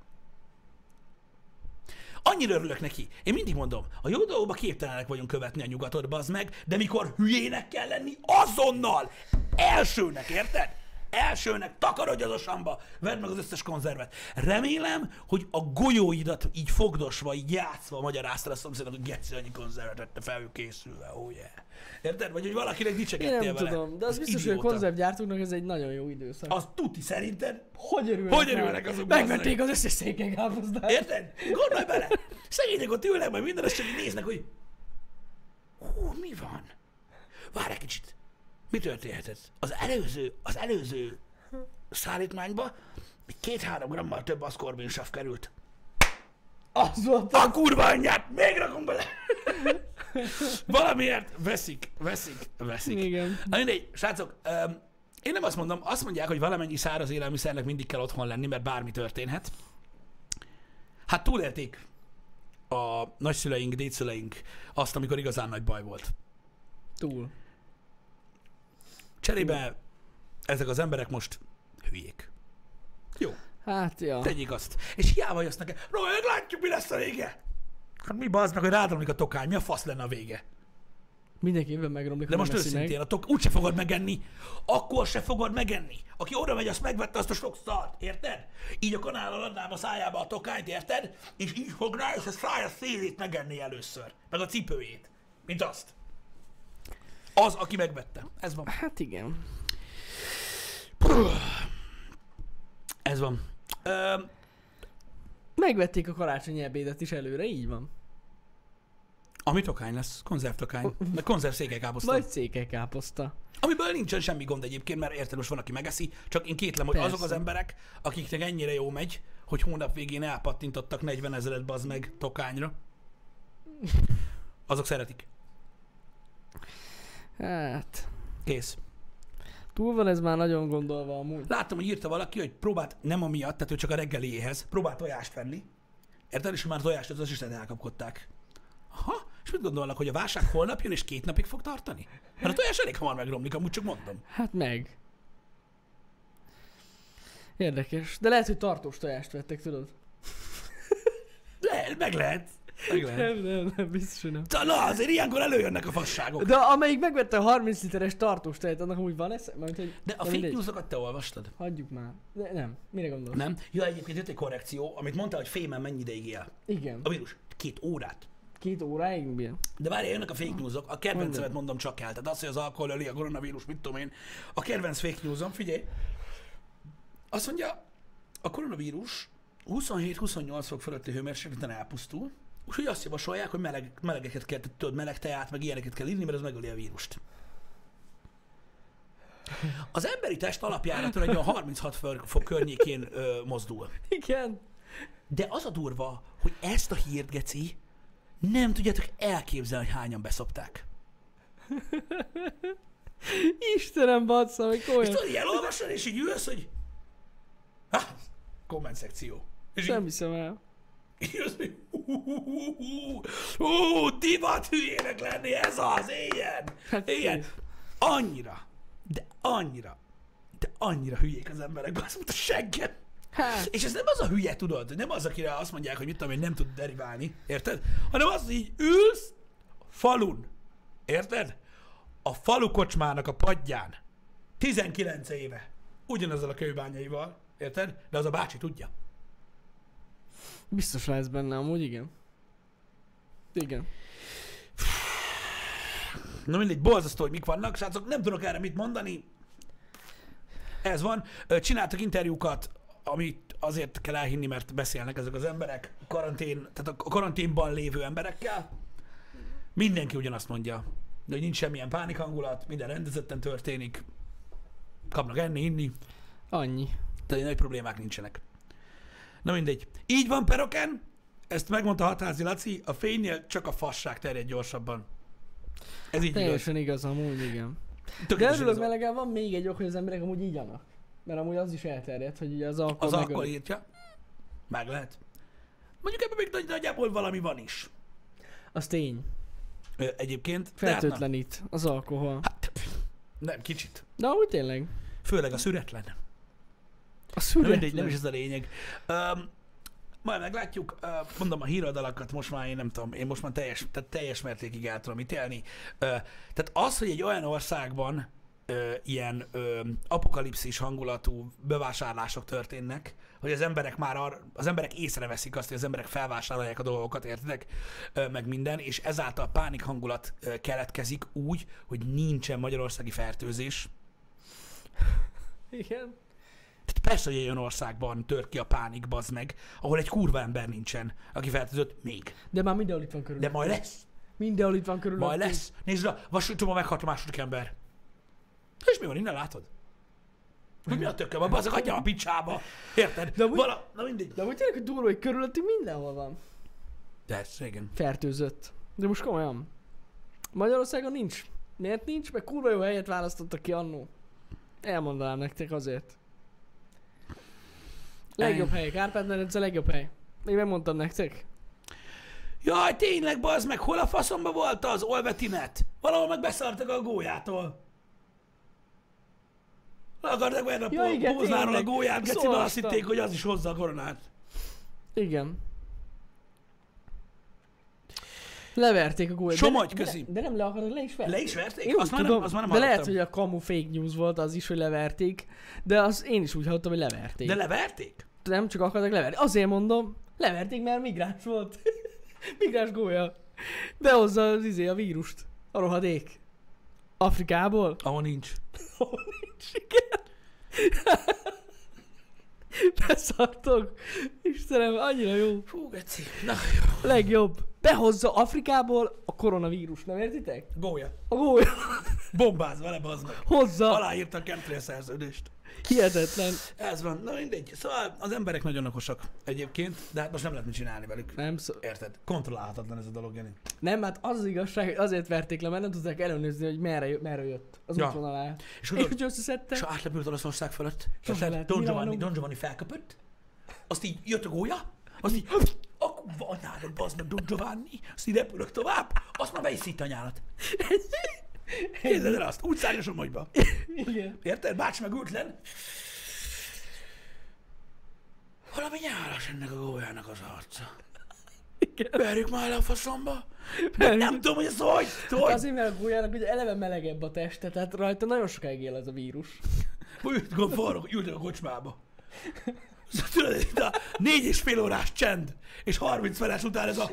A: Annyira örülök neki. Én mindig mondom, a jó dolgokba képtelenek vagyunk követni a nyugatot, bazd meg, de mikor hülyének kell lenni, azonnal, elsőnek, érted? Elsőnek, takarodj az osamba, vedd meg az összes konzervet. Remélem, hogy a golyóidat így fogdosva, így játszva magyaráztad a szomszédnak, hogy geci, annyi konzervet vette fel, készülve, oh yeah. Érted? Vagy hogy valakinek
B: Én
A: dicsekedtél
B: nem
A: vele.
B: tudom, de az biztos, hogy a konzervgyártóknak ez egy nagyon jó időszak.
A: Az tuti szerinted?
B: Hogy örülnek?
A: Hogy örülnek azok, bazd meg?
B: Megvették az összes székelykáposztát.
A: Érted? Gondolj bele! Szegények ott ülnek, majd minden csak így néznek, hogy hú, mi van? Várj egy kicsit. Mi történhetett? Az előző szállítmányba 2-3 grammal több aszkorbinsav került.
B: Az volt
A: A kurva anyját! Még rakom bele! Valamiért veszik.
B: Igen.
A: Na mindegy, srácok, én nem azt mondom, azt mondják, hogy valamennyi száraz élelmiszernek mindig kell otthon lenni, mert bármi történhet. Hát túlélték a nagyszüleink, dédszüleink azt, amikor igazán nagy baj volt.
B: Túl.
A: Cserébe ezek az emberek most hülyék. Jó,
B: Hát, ja.
A: tegyék azt. És hiába jössz nekem, Roljak, látjuk, mi lesz a vége. Hát mi bazd meg, hogy rádromlik a tokány, mi a fasz lenne a vége?
B: Mindenki évben megromlik,
A: De
B: ha
A: most
B: nem eszi
A: őszintén, úgyse fogod megenni. Akkor se fogod megenni. Aki oda megy, azt megvette azt a sok szart, érted? Így a kanállal adnám a szájába a tokányt, érted? És így fog rá, és a szája szélét megenni először. Meg a cipőjét. Mint azt. Az, aki megvette. Ez van.
B: Hát igen.
A: Ez van.
B: Megvették a karácsonyi ebédet is előre, így van.
A: Ami tokány lesz, konzervtokány, meg konzerv székelykáposzta.
B: Vagy székelykáposzta.
A: Amiből nincsen semmi gond egyébként, mert érted, most van, aki megeszi, csak én kétlem, hogy
B: Persze.
A: azok az emberek, akiknek ennyire jó megy, hogy hónap végén elpattintottak 40 000 bazd meg tokányra, azok szeretik.
B: Hát...
A: Kész.
B: Túl van ez már nagyon gondolva amúgy.
A: Láttam, hogy írta valaki, hogy próbált, nem amiatt, tehát ő csak a reggeliéhez, próbált tojást venni. Érted? És már tojást az is elkapkodták. Aha, és mit gondolnak, hogy a válság holnap jön és 2 napig fog tartani? Mert a tojás elég hamar megromlik, amúgy csak mondom.
B: Hát meg. Érdekes. De lehet, hogy tartós tojást vettek, tudod?
A: Meg lehet. Meg lehet.
B: Nem, biztos, hogy nem.
A: Na, azért ilyenkor előjönnek a fasságok.
B: De amelyik megvette a 30 literes tartós tejet, annak amúgy van ez?
A: De a fake newsokat te olvastad?
B: Hagyjuk már. De nem. Mire gondolsz?
A: Nem? Ja, egyébként jött egy korrekció, amit mondtál, hogy fémen mennyi ideig él.
B: Igen.
A: A vírus. 2 órát.
B: 2 óráig? Mi?
A: De várjál, jönnek a fake newsok. A kedvencemet mondom csak el. Tehát az, hogy az alkohol öli a koronavírus, mit tudom én. A kedvenc fake newsom, figyelj. Azt mondja, a koronavírus 27-28 fok fölötti hőmérsékleten elpusztul, úgyhogy azt javasolják, hogy melegeket kell, tudod, meleg teát, meg ilyeneket kell inni, mert az megöli a vírust. Az emberi test alapjáraton egy olyan 36 fok környékén mozdul.
B: Igen.
A: De az a durva, hogy ezt a hírt, geci, nem tudjátok elképzelni, hogy hányan beszopták.
B: Istenem, bassza, hogy
A: És
B: komolyan.
A: tudod, elolvasod, és így ülsz, hogy... komment szekció. És
B: Nem hiszem el.
A: így az, hogy divat hülyének lenni, ez az, ilyen.
B: Hát
A: Igen.
B: kész.
A: Annyira hülyék az emberek, azt mondta, seggem.
B: Hát,
A: És ez nem az a hülye, tudod, nem az, akire azt mondják, hogy mit tudom én, nem tud deriválni, érted? Hanem az, hogy így ülsz falun, érted? A falu kocsmának a padján, 19 éve, ugyanazzal a kőbányaival, érted? De az a bácsi tudja.
B: biztos lesz benne amúgy, igen. Igen.
A: Na mindegy, borzasztó, hogy mik vannak, srácok, nem tudok erre mit mondani. Ez van. Csináltak interjúkat, amit azért kell elhinni, mert beszélnek ezek az emberek, tehát a karanténban lévő emberekkel. Mindenki ugyanazt mondja, de hogy nincs semmilyen pánikhangulat, minden rendezetten történik, kapnak enni, inni,
B: Annyi.
A: tehát nagy problémák nincsenek. Na mindegy. Így van, Peroken, ezt megmondta Hatházi Laci, a fénynél csak a fasság terjed gyorsabban. Ez így igaz.
B: Teljesen igaz amúgy, igen. De
A: Tökéletesen
B: örülök,
A: igaz.
B: mert legalább van még egy ok, hogy az emberek amúgy így annak. Mert amúgy az is elterjedt, hogy ugye az alkohol
A: Az
B: megöl.
A: alkohol írtja. Meg lehet. Mondjuk ebben még nagyjából valami van is.
B: Az tény.
A: Egyébként. De hát
B: Fertőtlenít az alkohol.
A: nem. Hát, nem, kicsit.
B: De amúgy tényleg.
A: Főleg a szüretlen.
B: A
A: Na
B: szüretlen.
A: mindegy, nem is ez a lényeg. Majd meglátjuk. Mondom, a híradalakat most már én nem tudom, én most már teljes mértékig el tudom ítélni. Tehát az, hogy egy olyan országban ilyen apokalipszis hangulatú bevásárlások történnek, hogy az emberek az emberek észreveszik azt, hogy az emberek felvásárolják a dolgokat, értitek? Meg minden, és ezáltal pánik hangulat keletkezik úgy, hogy nincsen magyarországi fertőzés.
B: Igen.
A: Tehát persze, hogy egy olyan országban tör ki a pánik, bazd meg, ahol egy kurva ember nincsen, aki fertőzött még.
B: De már mindenhol itt van
A: De
B: körülöttünk.
A: majd lesz.
B: Mindenhol itt van körülöttünk.
A: Majd lesz. Nézd, a vasútban meghalt a második ember. És mi van, innen látod? Hogy mi a tököm? A bazzak, hagyjam a picsába. Érted?
B: De amúgy-
A: Na mindegy.
B: De amúgy tényleg, hogy durva, hogy körülöttünk mindenhol van.
A: De ez, igen.
B: Fertőzött. De most komolyan. Magyarországon nincs. Miért nincs? Mert kurva jó helyet választottak ki annó. Elmondanám nektek azért. Legjobb hely. Kárpát-medence legjobb hely. Még megmondtam nektek.
A: Jaj, tényleg, bazd meg, hol a faszomba volt az Olvetinet? Valahol meg beszartak a gólyától. Le akartak venni
B: Ja, igen,
A: a póznáról a
B: tényleg.
A: gólyát, geciben azt
B: Szóvaltam.
A: hitték, hogy az is hozza a koronát.
B: Igen. Leverték a gólyát.
A: Somogy,
B: de,
A: köszi.
B: de nem le akarod, le is verték.
A: Le is verték?
B: Én úgy
A: Azt már
B: tudom,
A: nem, azt már nem
B: de lehet,
A: hallottam.
B: hogy a kamu fake news volt az is, hogy leverték, de az én is úgy hallottam, hogy leverték.
A: De leverték?
B: Nem csak akartak leverni. Azért mondom, leverték, mert migráns volt. Migráns gólya. Behozza a vírust. A rohadék. Afrikából.
A: Ahol nincs.
B: Nincs, igen. Beszartok. Istenem, annyira jó.
A: Fú, geci. Na jó.
B: Legjobb. Behozza Afrikából a koronavírus, nem értitek?
A: Gólya.
B: A gólya.
A: Bombázva le, bazd meg.
B: Hozza.
A: Aláírta a chemtrail szerződést.
B: Hihetetlen.
A: Ez van. Na mindegy. Szóval az emberek nagyon okosak egyébként, de hát most nem lehet mit csinálni velük.
B: Nem szó.
A: Érted? Kontrollálhatatlan ez a dolog, Jani.
B: Nem, hát az igazság, hogy azért verték le, mert nem tudták ellenőrizni, hogy merre jött az
A: Ja.
B: útvonal alá.
A: És
B: És
A: tudod,
B: hogy összeszedte.
A: és átlepült Oroszország fölött.
B: Sose
A: Érted?
B: lehet.
A: Don Giovanni felköpött. Azt így jött a gólya. Azt így, a kurva anyádat, bazd meg, Don Giovanni. Azt így repülök tovább. Azt már be is szitt anyálat. Képzeld el azt, úgy szárnyas a magyba.
B: Igen.
A: Érted? Bácsi meg ült lenn. Valami nyálas ennek a gólyának az arca.
B: Igen.
A: Verjük már le a faszomba.
B: Verjük.
A: Nem tudom, hogy ez hogy.
B: Azért, mert a gólyának ugye eleve melegebb a teste, tehát rajta nagyon sokáig él ez a vírus.
A: Ültek a kocsmába. Szóval tudod, itt a 4,5 órás csend, és 30 feles után ez a...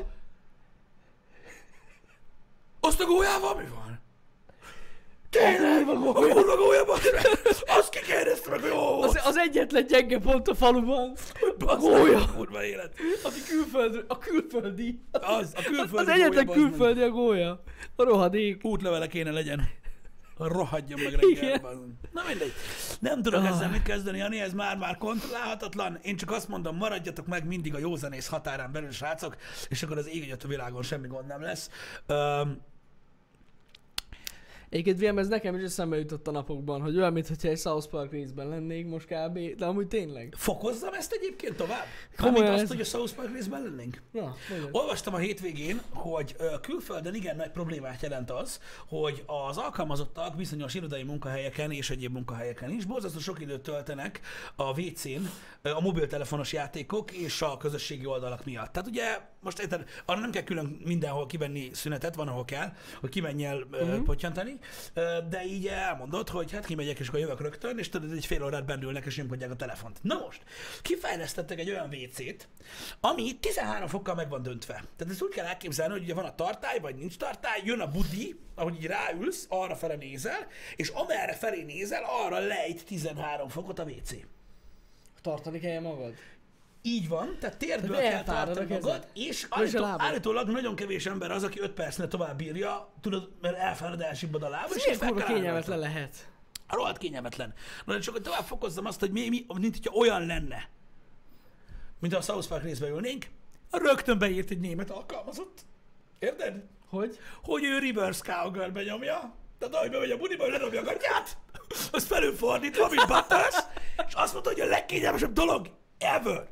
A: Azt a gólyával mi van? Tényleg? A kurva gólyában? Azt kikérdezte meg, hogy jó volt.
B: Az egyetlen gyenge pont a faluban.
A: A
B: gólya.
A: Kurva élet.
B: Aki a külföldi.
A: Az, a külföldi
B: Az egyetlen
A: gólya, bazd meg.
B: külföldi a gólya. A rohadék.
A: Útlevele kéne legyen. Rohadjon meg
B: Igen.
A: reggel. bazd. Na mindegy. Nem tudok ezzel mit kezdeni, Jani, ez már kontrollálhatatlan. Én csak azt mondom, maradjatok meg mindig a józanész határán belül, srácok, és akkor az ég egyet a világon semmi gond nem lesz.
B: Egyébként VM, ez nekem is eszembe jutott a napokban, hogy olyan, mintha egy South Park részben lennék most kb. De amúgy tényleg.
A: Fokozzam ezt egyébként tovább?
B: Komolyan
A: Mármint azt,
B: ez-
A: hogy a South Park részben lennénk?
B: Na, mondjad.
A: Olvastam a hétvégén, hogy külföldön igen nagy problémát jelent az, hogy az alkalmazottak bizonyos irodai munkahelyeken és egyéb munkahelyeken is borzasztó sok időt töltenek a WC-n a mobiltelefonos játékok és a közösségi oldalak miatt. Tehát ugye most érted, arra nem kell külön mindenhol kivenni szünetet, van ahol kell, hogy kimenj el pottyantani, de így elmondod, hogy hát kimegyek és akkor jövök rögtön, és tudod, egy fél órát bennülnek és nyomkodják a telefont. Na most, kifejlesztettek egy olyan WC-t, ami 13 fokkal meg van döntve. Tehát ezt úgy kell elképzelni, hogy ugye van a tartály, vagy nincs tartály, jön a budi, ahogy így ráülsz, arra fele nézel, és amerre felé nézel, arra lejt 13 fokot a WC.
B: Tartani kell magad?
A: Így van, tehát térdből
B: Tehát
A: kell
B: elfárad a
A: tartani magad,
B: kezed.
A: és
B: a lábad.
A: állítólag nagyon kevés ember az, aki 5 percnél tovább bírja, tudod, mert elfárad, elsibbad a lába,
B: Ez
A: és
B: milyen
A: fel
B: kurva
A: kell állni
B: kényelmetlen
A: rajta.
B: lehet.
A: Rohadt kényelmetlen. Na de csak hogy tovább fokozzam azt, hogy mint hogyha olyan lenne, mint a South Park részben ülnénk, rögtön beírt egy német alkalmazott. Érted?
B: Hogy?
A: Hogy ő reverse cowgirlbe nyomja, tehát ahogy bemegy a budiba, hogy ledobja a gatyát, az felülfordítva, mint Butters, és azt mondta, hogy a legkényelmesebb dolog ever.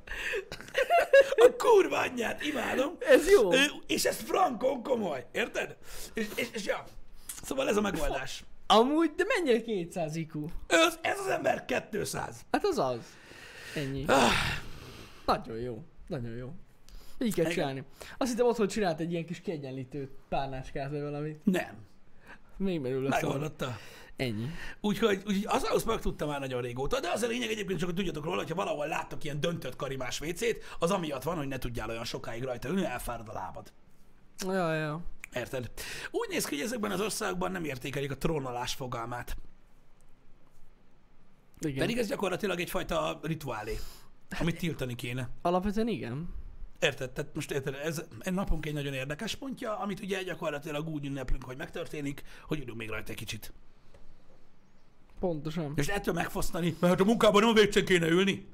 A: A kurva anyját, imádom.
B: Ez jó.
A: És ez frankon komoly, érted? És ja, szóval ez a megoldás.
B: Amúgy, de mennyire 200 IQ?
A: Ez az ember 200.
B: Hát az az. Ennyi. Nagyon jó. Nagyon jó. Így kell
A: Igen.
B: csinálni. Azt hittem otthon csinált egy ilyen kis kiegyenlítő párnácskát vagy valami.
A: Nem.
B: Még merül lesz.
A: Megoldotta.
B: Ennyi.
A: Úgyhogy az South Park tudtam már nagyon régóta, de az a lényeg egyébként csak, hogy tudjatok róla, hogyha valahol láttok ilyen döntött karimás WC-t, az amiatt van, hogy ne tudjál olyan sokáig rajta ülni, elfárad a lábad.
B: Ja.
A: Érted? Úgy néz ki, hogy ezekben az országokban nem értékelik a trónolás fogalmát.
B: Igen.
A: Pedig ez gyakorlatilag egyfajta rituálé, amit tiltani kéne.
B: Alapvetően igen.
A: Érted? Tehát most érted, ez egy napunk egy nagyon érdekes pontja, amit ugye gyakorlatilag úgy ünneplünk, hogy megtörténik, hogy ülünk még rajta egy kicsit.
B: Pontosan.
A: És ettől megfosztani, mert a munkában nem a WC-n kéne ülni.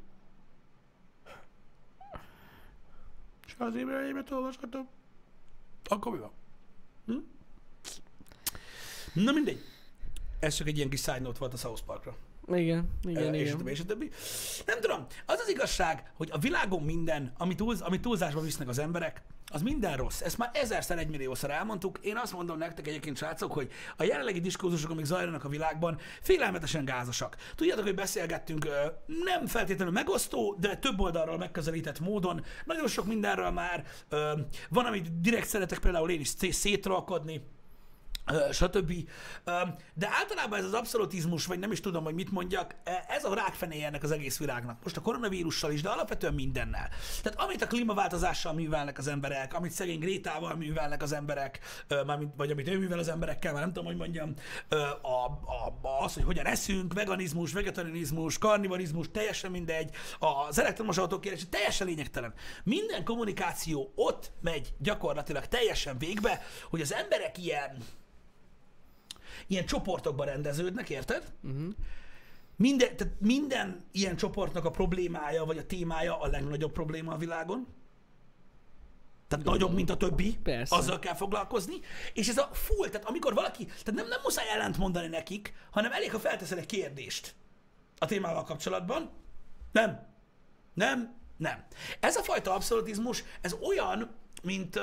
A: És ha az e-maileimet olvasgatom, akkor mi van? Na mindegy. Ez csak egy ilyen kis side note volt a South Parkra.
B: Igen.
A: És a többi. Nem tudom, az az igazság, hogy a világon minden, amit túlzásba visznek az emberek, az minden rossz. Ezt már 1000-szer, 1 milliószor elmondtuk. Én azt mondom nektek egyébként, srácok, hogy a jelenlegi diskurzusok, amik zajlanak a világban, félelmetesen gázosak. Tudjátok, hogy beszélgettünk nem feltétlenül megosztó, de több oldalról megközelített módon. Nagyon sok mindenről már van, amit direkt szeretek például én is szétralkodni, stb. De általában ez az abszolutizmus, vagy nem is tudom, hogy mit mondjak, ez a rákfenéje ennek az egész világnak. Most a koronavírussal is, de alapvetően mindennel. Tehát amit a klímaváltozással művelnek az emberek, amit szegény Grétával művelnek az emberek, vagy amit ő művel az emberekkel, már nem tudom, hogy mondjam, az, hogy hogyan eszünk, veganizmus, vegetarianizmus, karnivalizmus, teljesen mindegy, az elektromos autók kérdése, teljesen lényegtelen. Minden kommunikáció ott megy gyakorlatilag teljesen végbe, hogy az emberek ilyen csoportokba rendeződnek, érted? Tehát minden ilyen csoportnak a problémája, vagy a témája a legnagyobb probléma a világon. Tehát nagyobb, mint a többi.
B: Persze.
A: Azzal kell foglalkozni. És ez a full, tehát amikor valaki, tehát nem muszáj ellent mondani nekik, hanem elég, ha felteszel egy kérdést a témával kapcsolatban. Nem. Ez a fajta abszolutizmus, ez olyan, mint...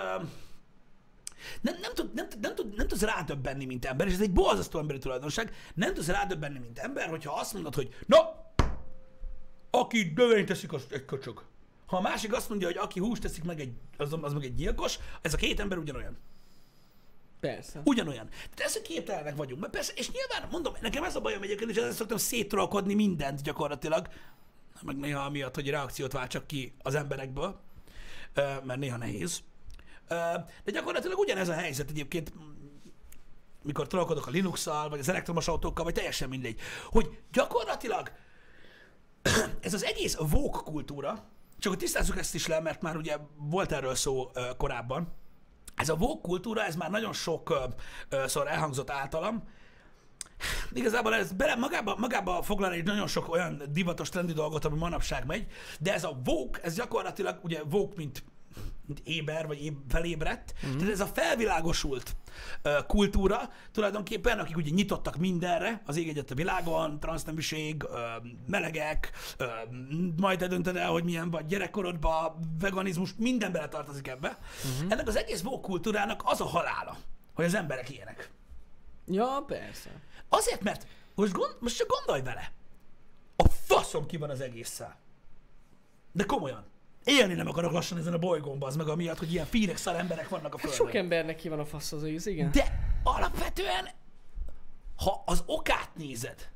A: Nem tudsz rádöbbenni, mint ember, és ez egy borzasztó emberi tulajdonság, nem tudsz rádöbbenni, mint ember, hogyha azt mondod, hogy na, aki növényt teszik, az egy köcsög. Ha a másik azt mondja, hogy aki húst teszik, az meg egy gyilkos, ez a két ember ugyanolyan.
B: Persze.
A: Ugyanolyan. Tehát ezt, hogy képtelenek vagyunk. Mert persze, és nyilván mondom, nekem ez a bajom egyébként, és ezzel szoktam szétrolkodni mindent gyakorlatilag, meg néha amiatt, hogy reakciót váltsak ki az emberekből, mert néha nehéz. De gyakorlatilag ugyanez a helyzet egyébként, mikor trollkodok a Linux-szal, vagy az elektromos autókkal, vagy teljesen mindegy, hogy gyakorlatilag ez az egész woke kultúra, csak hogy tisztázzuk ezt is le, mert már ugye volt erről szó korábban, ez a woke kultúra, ez már nagyon sokszor elhangzott általam, igazából ez magába foglal egy nagyon sok olyan divatos, trendi dolgot, ami manapság megy, de ez a woke, ez gyakorlatilag, ugye woke, mint mint éber, vagy felébredt. Tehát ez a felvilágosult kultúra tulajdonképpen, akik ugye nyitottak mindenre, az ég egyet a világon, transzneműség, melegek, majd te döntöd el, hogy milyen vagy gyerekkorodban, veganizmus, minden bele tartozik ebbe. Ennek az egész woke kultúrának az a halála, hogy az emberek ilyenek.
B: Ja, persze.
A: Azért, mert most csak gondolj vele, a faszom ki van az egésszel. De komolyan. Élni nem akarok lassan ezen a bolygón, az meg amiatt, hogy ilyen fírek szar emberek vannak a
B: Hát
A: földön.
B: sok embernek ki van a fasz az egész, igen.
A: De alapvetően, ha az okát nézed,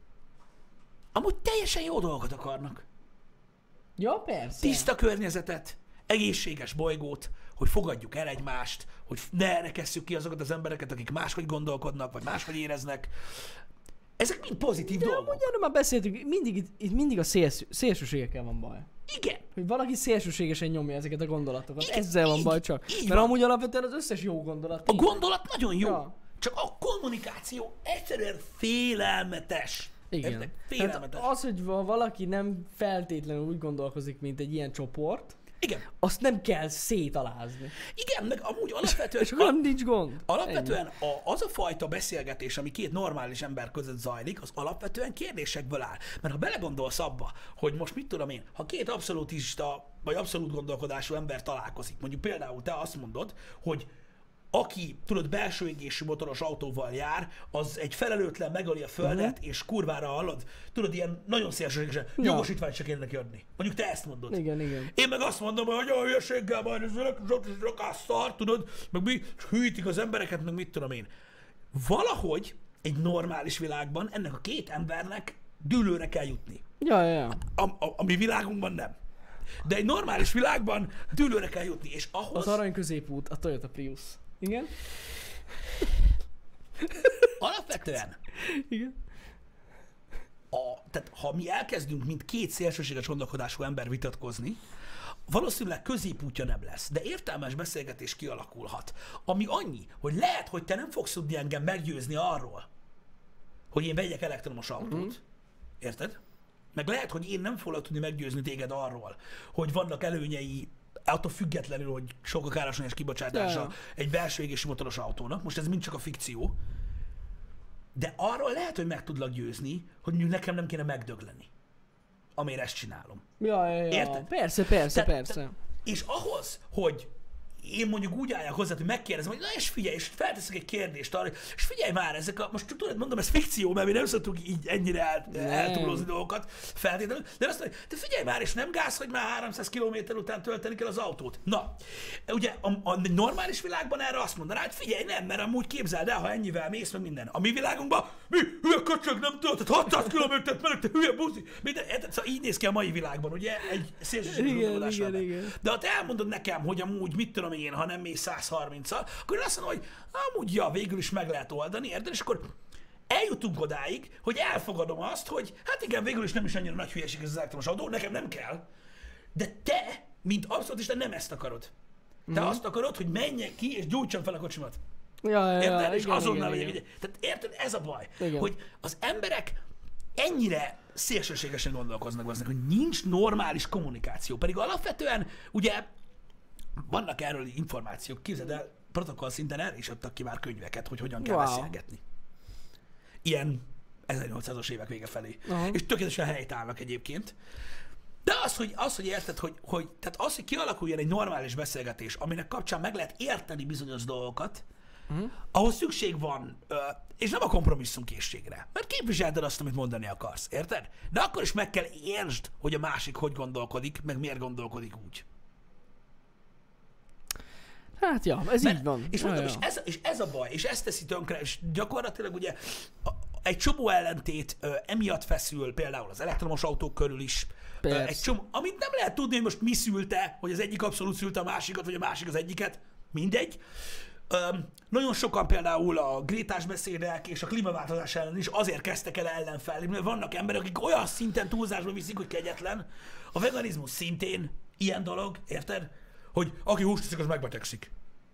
A: amúgy teljesen jó dolgokat akarnak.
B: Ja, persze.
A: Tiszta környezetet, egészséges bolygót, hogy fogadjuk el egymást, hogy ne rekesszük ki azokat az embereket, akik máshogy gondolkodnak, vagy máshogy éreznek. Ezek mind pozitív
B: De
A: dolgok.
B: amúgy arra már beszéltünk, itt mindig a szélsőségekkel van baj.
A: Igen.
B: Hogy valaki szélsőségesen nyomja ezeket a gondolatokat.
A: Igen,
B: Ezzel van
A: így-
B: baj csak.
A: így
B: Mert
A: van.
B: amúgy alapvetően az összes jó gondolat.
A: A gondolat nagyon jó,
B: Ja.
A: csak a kommunikáció egyszerűen félelmetes.
B: Igen.
A: Érted?
B: Tehát
A: Félelmetes.
B: az, hogy valaki nem feltétlenül úgy gondolkozik, mint egy ilyen csoport,
A: Igen.
B: azt nem kell szétalázni.
A: Igen, meg amúgy alapvetően,
B: És akkor nincs gond.
A: alapvetően az a fajta beszélgetés, ami két normális ember között zajlik, az alapvetően kérdésekből áll. Mert ha belegondolsz abba, hogy most mit tudom én, ha két abszolútista vagy abszolút gondolkodású ember találkozik, mondjuk például te azt mondod, hogy aki, tudod, belső égésű motoros autóval jár, az egy felelőtlen megöli a földet, és kurvára hallod, tudod, ilyen nagyon szélsőségesen jogosítványt se kéne neki adni. Mondjuk te ezt mondod.
B: Igen, igen.
A: Én meg azt mondom, hogy a hülyeséggel majd ez rakás szar, tudod, meg mi, és hűítik az embereket, meg mit tudom én. Valahogy egy normális világban ennek a két embernek dűlőre kell jutni.
B: Ja, ja, ja.
A: A mi világunkban nem. De egy normális világban dűlőre kell jutni, és ahhoz
B: Az arany középút, a Toyota Prius. Igen?
A: alapvetően,
B: Igen.
A: tehát ha mi elkezdünk, mint két szélsőséges gondolkodású ember vitatkozni, valószínűleg középútja nem lesz, de értelmes beszélgetés kialakulhat. Ami annyi, hogy lehet, hogy te nem fogsz tudni engem meggyőzni arról, hogy én vegyek elektromos autót. Érted? Meg lehet, hogy én nem foglak tudni meggyőzni téged arról, hogy vannak előnyei, attól függetlenül, hogy sokkal károsanyagos kibocsátása
B: Ja.
A: egy belső égésű motoros autónak. Most ez mind csak a fikció. De arról lehet, hogy meg tudlak győzni, hogy mondjuk nekem nem kéne megdögleni, amire ezt csinálom.
B: Ja, ja, ja.
A: Érted?
B: Persze, persze, persze.
A: És ahhoz, hogy én mondjuk úgy álljak hozzá, hogy megkérdezem, hogy na és figyelj, és felteszek egy kérdést arra, és figyelj már, ezek a, most tudod, mondom, ez fikció, mert mi nem szoktuk így ennyire eltúlozni dolgokat feltétlenül, de azt mondja, te figyelj már, és nem gáz, hogy már 300 km után tölteni kell az autót. Na, ugye a normális világban erre azt mondaná, hogy figyelj, nem, mert amúgy képzeld el, ha ennyivel mész, meg minden. A mi világunkban, mi, hülye köcsög, nem töltött, 600 km-t menet, te hülye buzi, minden, szóval így néz ki a mai világban, ugye, egy szélsőséges
B: Igen,
A: gondolkodással.
B: igen, igen.
A: De ha te elmondod nekem, hogy amúgy mit tudom én, ha nem mész 130-al, akkor én azt mondom, hogy amúgy ja, végül is meg lehet oldani, érted? És akkor eljutunk odáig, hogy elfogadom azt, hogy hát igen, végül is nem is annyira nagy hülyeség ez az elektromos autó, nekem nem kell. De te, mint abszolútista, nem ezt akarod. Te azt akarod, hogy menjek ki és gyújtsam fel a kocsimat.
B: Ja, ja,
A: Érted?
B: ja.
A: És
B: Igen,
A: azonnal
B: igen,
A: megyek.
B: igen.
A: Tehát érted? Ez a baj.
B: Igen.
A: Hogy az emberek ennyire szélsőségesen gondolkoznak aznak, hogy nincs normális kommunikáció. Pedig alapvetően, ugye, vannak erről információk, képzeld el, protokoll szinten el is adtak ki már könyveket, hogy hogyan kell
B: Wow.
A: beszélgetni. Ilyen 1800-as évek vége felé.
B: Aha.
A: És tökéletesen helytállnak egyébként. De az, hogy érted, tehát az, hogy kialakuljon egy normális beszélgetés, aminek kapcsán meg lehet érteni bizonyos dolgokat, ahhoz szükség van, és nem a kompromisszumkészségre. Mert képviselted azt, amit mondani akarsz, érted? De akkor is meg kell értsd, hogy a másik hogy gondolkodik, meg miért gondolkodik úgy.
B: Hát ja, ez így van.
A: És
B: Ja,
A: mondom,
B: ja.
A: és ez a baj, és ezt teszi tönkre, és gyakorlatilag ugye egy csomó ellentét emiatt feszül, például az elektromos autók körül is.
B: Persze.
A: Egy csomó, amit nem lehet tudni, hogy most mi szülte, hogy az egyik abszolút szülte a másikat, vagy a másik az egyiket, mindegy. Nagyon sokan például a grétás beszédek és a klímaváltozás ellen is azért kezdtek el ellenfelni, mert vannak emberek, akik olyan szinten túlzásba viszik, hogy kegyetlen. A veganizmus szintén ilyen dolog, érted? Hogy aki húst iszik, az megbetegszik.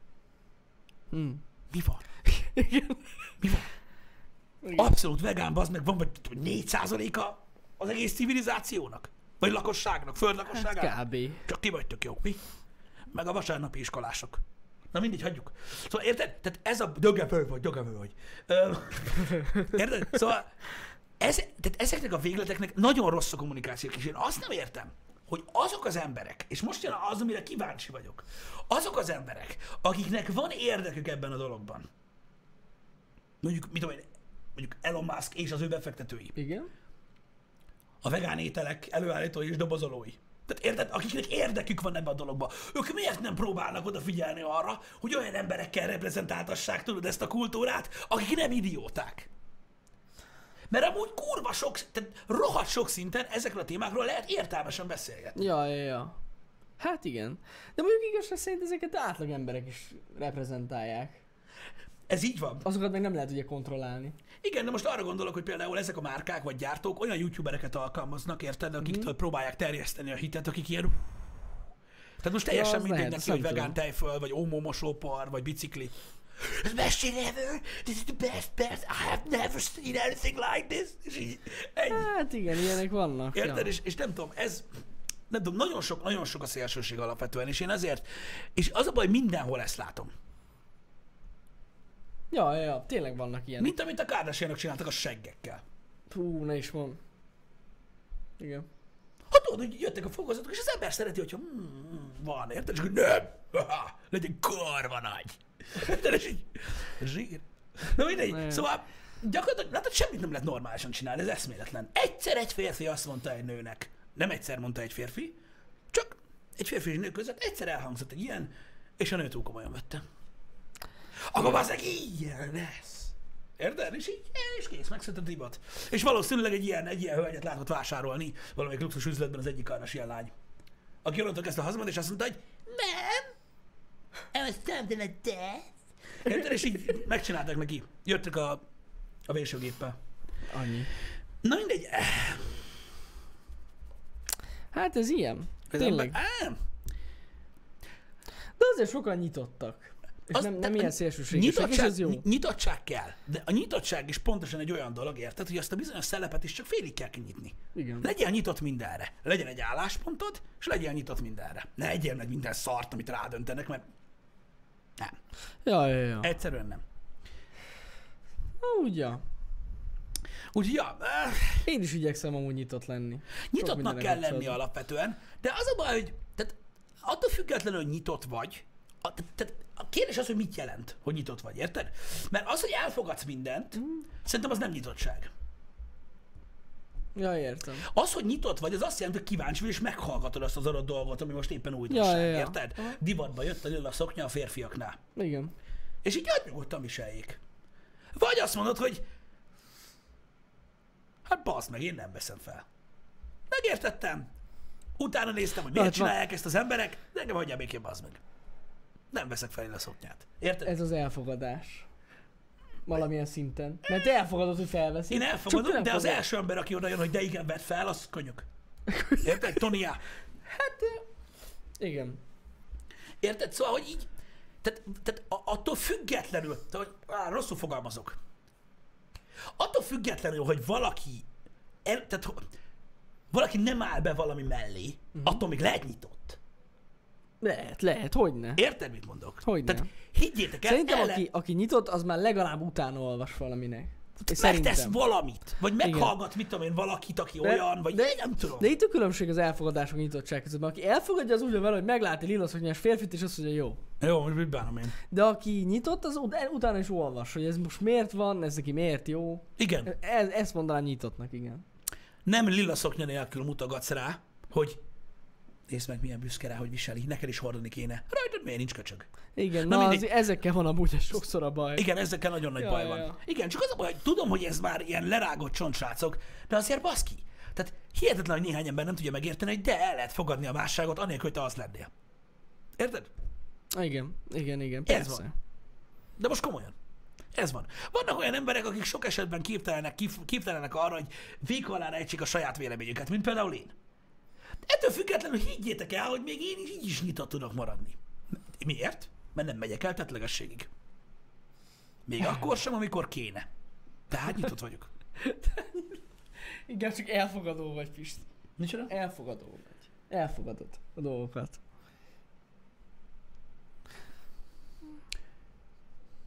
A: Mi van? Mi van? Abszolút vegán, bazd meg, van vagy 4%-a az egész civilizációnak? Vagy lakosságnak, föld lakosságának?
B: Hát kb.
A: Csak ti vagytok jók, mi? meg a vasárnapi iskolások. Na mindegy, hagyjuk. Szóval érted? Tehát ez a dögevő vagy. Érted? Szóval tehát ezeknek a végleteknek nagyon rossz a kommunikációk, és én azt nem értem, hogy azok az emberek, és most jön az, amire kíváncsi vagyok, azok az emberek, akiknek van érdekük ebben a dologban, mondjuk, mit tudom én, mondjuk Elon Musk és az ő befektetői,
B: Igen.
A: a vegán ételek előállítói és dobozolói. Tehát érted, akiknek érdekük van ebben a dologban, ők miért nem próbálnak odafigyelni arra, hogy olyan emberekkel reprezentáltassák, tudod, ezt a kultúrát, akik nem idióták. Mert amúgy kurva sok, tehát rohadt sok szinten ezekről a témákról lehet értelmesen beszélgetni.
B: Ja. Hát igen. De mondjuk igazság szerint ezeket átlag emberek is reprezentálják.
A: Ez így van.
B: Azokat meg nem lehet ugye kontrollálni.
A: Igen, de most arra gondolok, hogy például ezek a márkák vagy gyártók olyan youtubereket alkalmaznak, érted, akiktől próbálják terjeszteni a hitet, akik ilyen... Tehát most teljesen mindegy neki, hogy vegán tejföl, vagy ómómosópar, vagy bicikli. Best shit ever! This is the best! I have never seen anything like this! És így,
B: Hát igen, ilyenek vannak.
A: érted? És nem tudom, ez... Nem tudom, nagyon sok a szélsőség alapvetően, és én azért... És az a baj, mindenhol ezt látom.
B: Ja, tényleg vannak ilyenek.
A: Mint amit a Kardashianok csináltak a seggekkel.
B: Hú, ne is mond. Igen.
A: Hát tudod, hogy jöttek a fokozatok, és az ember szereti, hogyha van, érted? És akkor nem! Legyen kurva nagy! Érted? És így... Zsír. Na mindegy.
B: Ne.
A: Szóval gyakorlatilag látod, semmit nem lehet normálisan csinálni, ez eszméletlen. Egyszer egy férfi azt mondta egy nőnek, nem egyszer mondta egy férfi, csak egy férfi és nő között egyszer elhangzott egy ilyen, és a nő túl komolyan vette. Akkor bazdmeg ilyen lesz. Érted? És így, és kész, megszűnt a divat. És valószínűleg egy ilyen hölgyet látott vásárolni valamelyik luxus üzletben az egyik Kardashian lány. Aki onnantól kezdte hazament, és azt mondta, hogy nem, I was something like that. Érted? És így megcsinálták neki. Jöttek a vésőgéppel.
B: Annyi.
A: Na mindegy.
B: Hát ez ilyen.
A: Ez
B: Tényleg. De azért sokan nyitottak. És nem ilyen szélsőségesek, és ez jó.
A: Nyitottság kell. De a nyitottság is pontosan egy olyan dolog, érted, hogy azt a bizonyos szelepet is csak félig kell kinyitni.
B: Igen.
A: Legyen nyitott mindenre. Legyen egy álláspontod, és legyen nyitott mindenre. Ne egyél meg minden szart, amit rádöntenek, mert nem.
B: Ja.
A: Egyszerűen nem.
B: Úgy, ja.
A: Úgyhogy, ja,
B: Én is igyekszem amúgy nyitott lenni.
A: nyitottnak kell lenni alapvetően, de az a baj, hogy tehát attól függetlenül, hogy nyitott vagy, tehát a kérdés az, hogy mit jelent, hogy nyitott vagy, érted? Mert az, hogy elfogadsz mindent, szerintem az nem nyitottság.
B: Ja, értem.
A: Az, hogy nyitott vagy, az azt jelenti, hogy kíváncsi vagy, és meghallgatod azt az adott dolgot, ami most éppen újdonság,
B: Ja.
A: érted? Divatba jött a lila szoknya a férfiaknál.
B: Igen.
A: És így nyugodtan viseljék. Vagy azt mondod, hogy hát baszd meg, én nem veszem fel. Megértettem. Utána néztem, hogy miért csinálják ezt az emberek, de engem hagyjál békén, baszd meg. Nem veszek fel én a szoknyát. Érted?
B: Ez az elfogadás. Valamilyen szinten. Mert te elfogadod, hogy felveszik.
A: Én elfogadom, de az első ember, aki oda jön, hogy de igen, vedd fel, az könyök. Érted? Tonia.
B: Hát, igen.
A: Érted? Szóval, hogy így, tehát attól függetlenül, hogy rosszul fogalmazok. Attól függetlenül, hogy valaki, tehát valaki nem áll be valami mellé, attól még lehet nyitott.
B: Lehet, hogyne.
A: Érted, mit mondok?
B: Hogyne.
A: Tehát higgyétek el,
B: Szerintem, aki nyitott, az már legalább utána olvas valaminek.
A: megtesz valamit, vagy meghallgat, mit tudom én, valakit, aki olyan, vagy nem tudom.
B: De itt a különbség az elfogadások nyitottság között. Aki elfogadja, az úgy van vele, hogy meglát egy lilaszoknyás férfit, és azt mondja, jó.
A: Jó, most mit bánom én?
B: De aki nyitott, az utána is olvas, hogy ez most miért van, ez neki miért jó.
A: Igen.
B: Ezt mondanám nyitottnak, igen.
A: Nem lila szoknya nélkül mutogatsz rá, hogy nézd meg, milyen büszke rá, hogy viseli, neked is hordani kéne. Rajtad miért nincs köcsög?
B: Igen,
A: Na
B: ezekkel van amúgy sokszor a baj.
A: Igen, ezekkel nagyon nagy baj van.
B: Ja.
A: Igen, csak az a baj, hogy tudom, hogy ez már ilyen lerágott csontsrácok, de azért baszki. Tehát hihetetlen, hogy néhány ember nem tudja megérteni, hogy de el lehet fogadni a másságot, anélkül, hogy te az lennél. Érted?
B: Igen,
A: Ez
B: persze.
A: van. De most komolyan. Ez van. Vannak olyan emberek, akik sok esetben képtelenek arra, hogy véka alá rejtsék a saját véleményüket, mint például én. Ettől függetlenül higgyétek el, hogy még én is így is nyitott tudok maradni. Miért? Mert nem megyek el tettlegességig. Még akkor sem, amikor kéne. Tehát nyitott vagyok.
B: Igen, csak elfogadó vagy, Pisti.
A: Micsoda?
B: Elfogadó vagy. Elfogadod a dolgokat.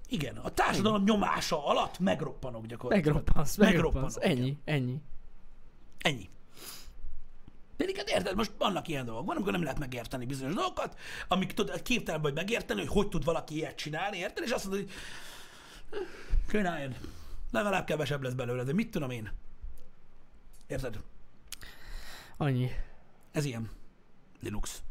A: Igen, a társadalom nyomása alatt megroppanok gyakorlatilag.
B: Megroppansz.
A: igen.
B: Ennyi.
A: Ennyi. Pedig hát érted, most vannak ilyen dolgok, van, amikor nem lehet megérteni bizonyos dolgokat, amik tudod, képtelen vagy megérteni, hogy tud valaki ilyet csinálni, érted? És azt mondod, hogy csináljad. Legalább kevesebb lesz belőle, de mit tudom én? Érted?
B: Annyi.
A: Ez ilyen. Linux.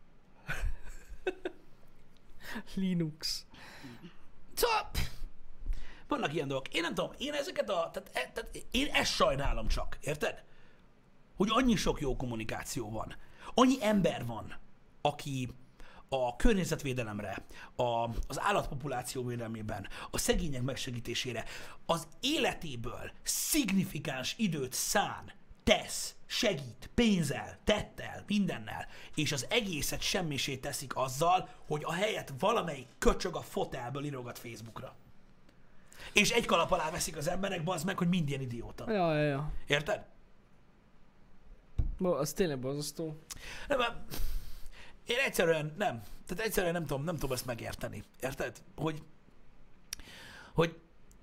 B: Linux.
A: Szóval, vannak ilyen dolgok. Én nem tudom, én ezeket tehát én ezt sajnálom csak, érted? Hogy annyi sok jó kommunikáció van. Annyi ember van, aki a környezetvédelemre, az állatpopuláció védelmében, a szegények megsegítésére, az életéből szignifikáns időt szán, tesz, segít, pénzzel, tettel, mindennel, és az egészet semmisé teszik azzal, hogy a helyet valamelyik köcsög a fotelből írogat Facebookra. És egy kalap alá veszik az emberek, bazd meg, hogy mind ilyen idióta.
B: Ja.
A: Érted?
B: Az tényleg borzasztó.
A: Nem, én egyszerűen nem. Tehát egyszerűen nem tudom ezt megérteni. Érted? Hogy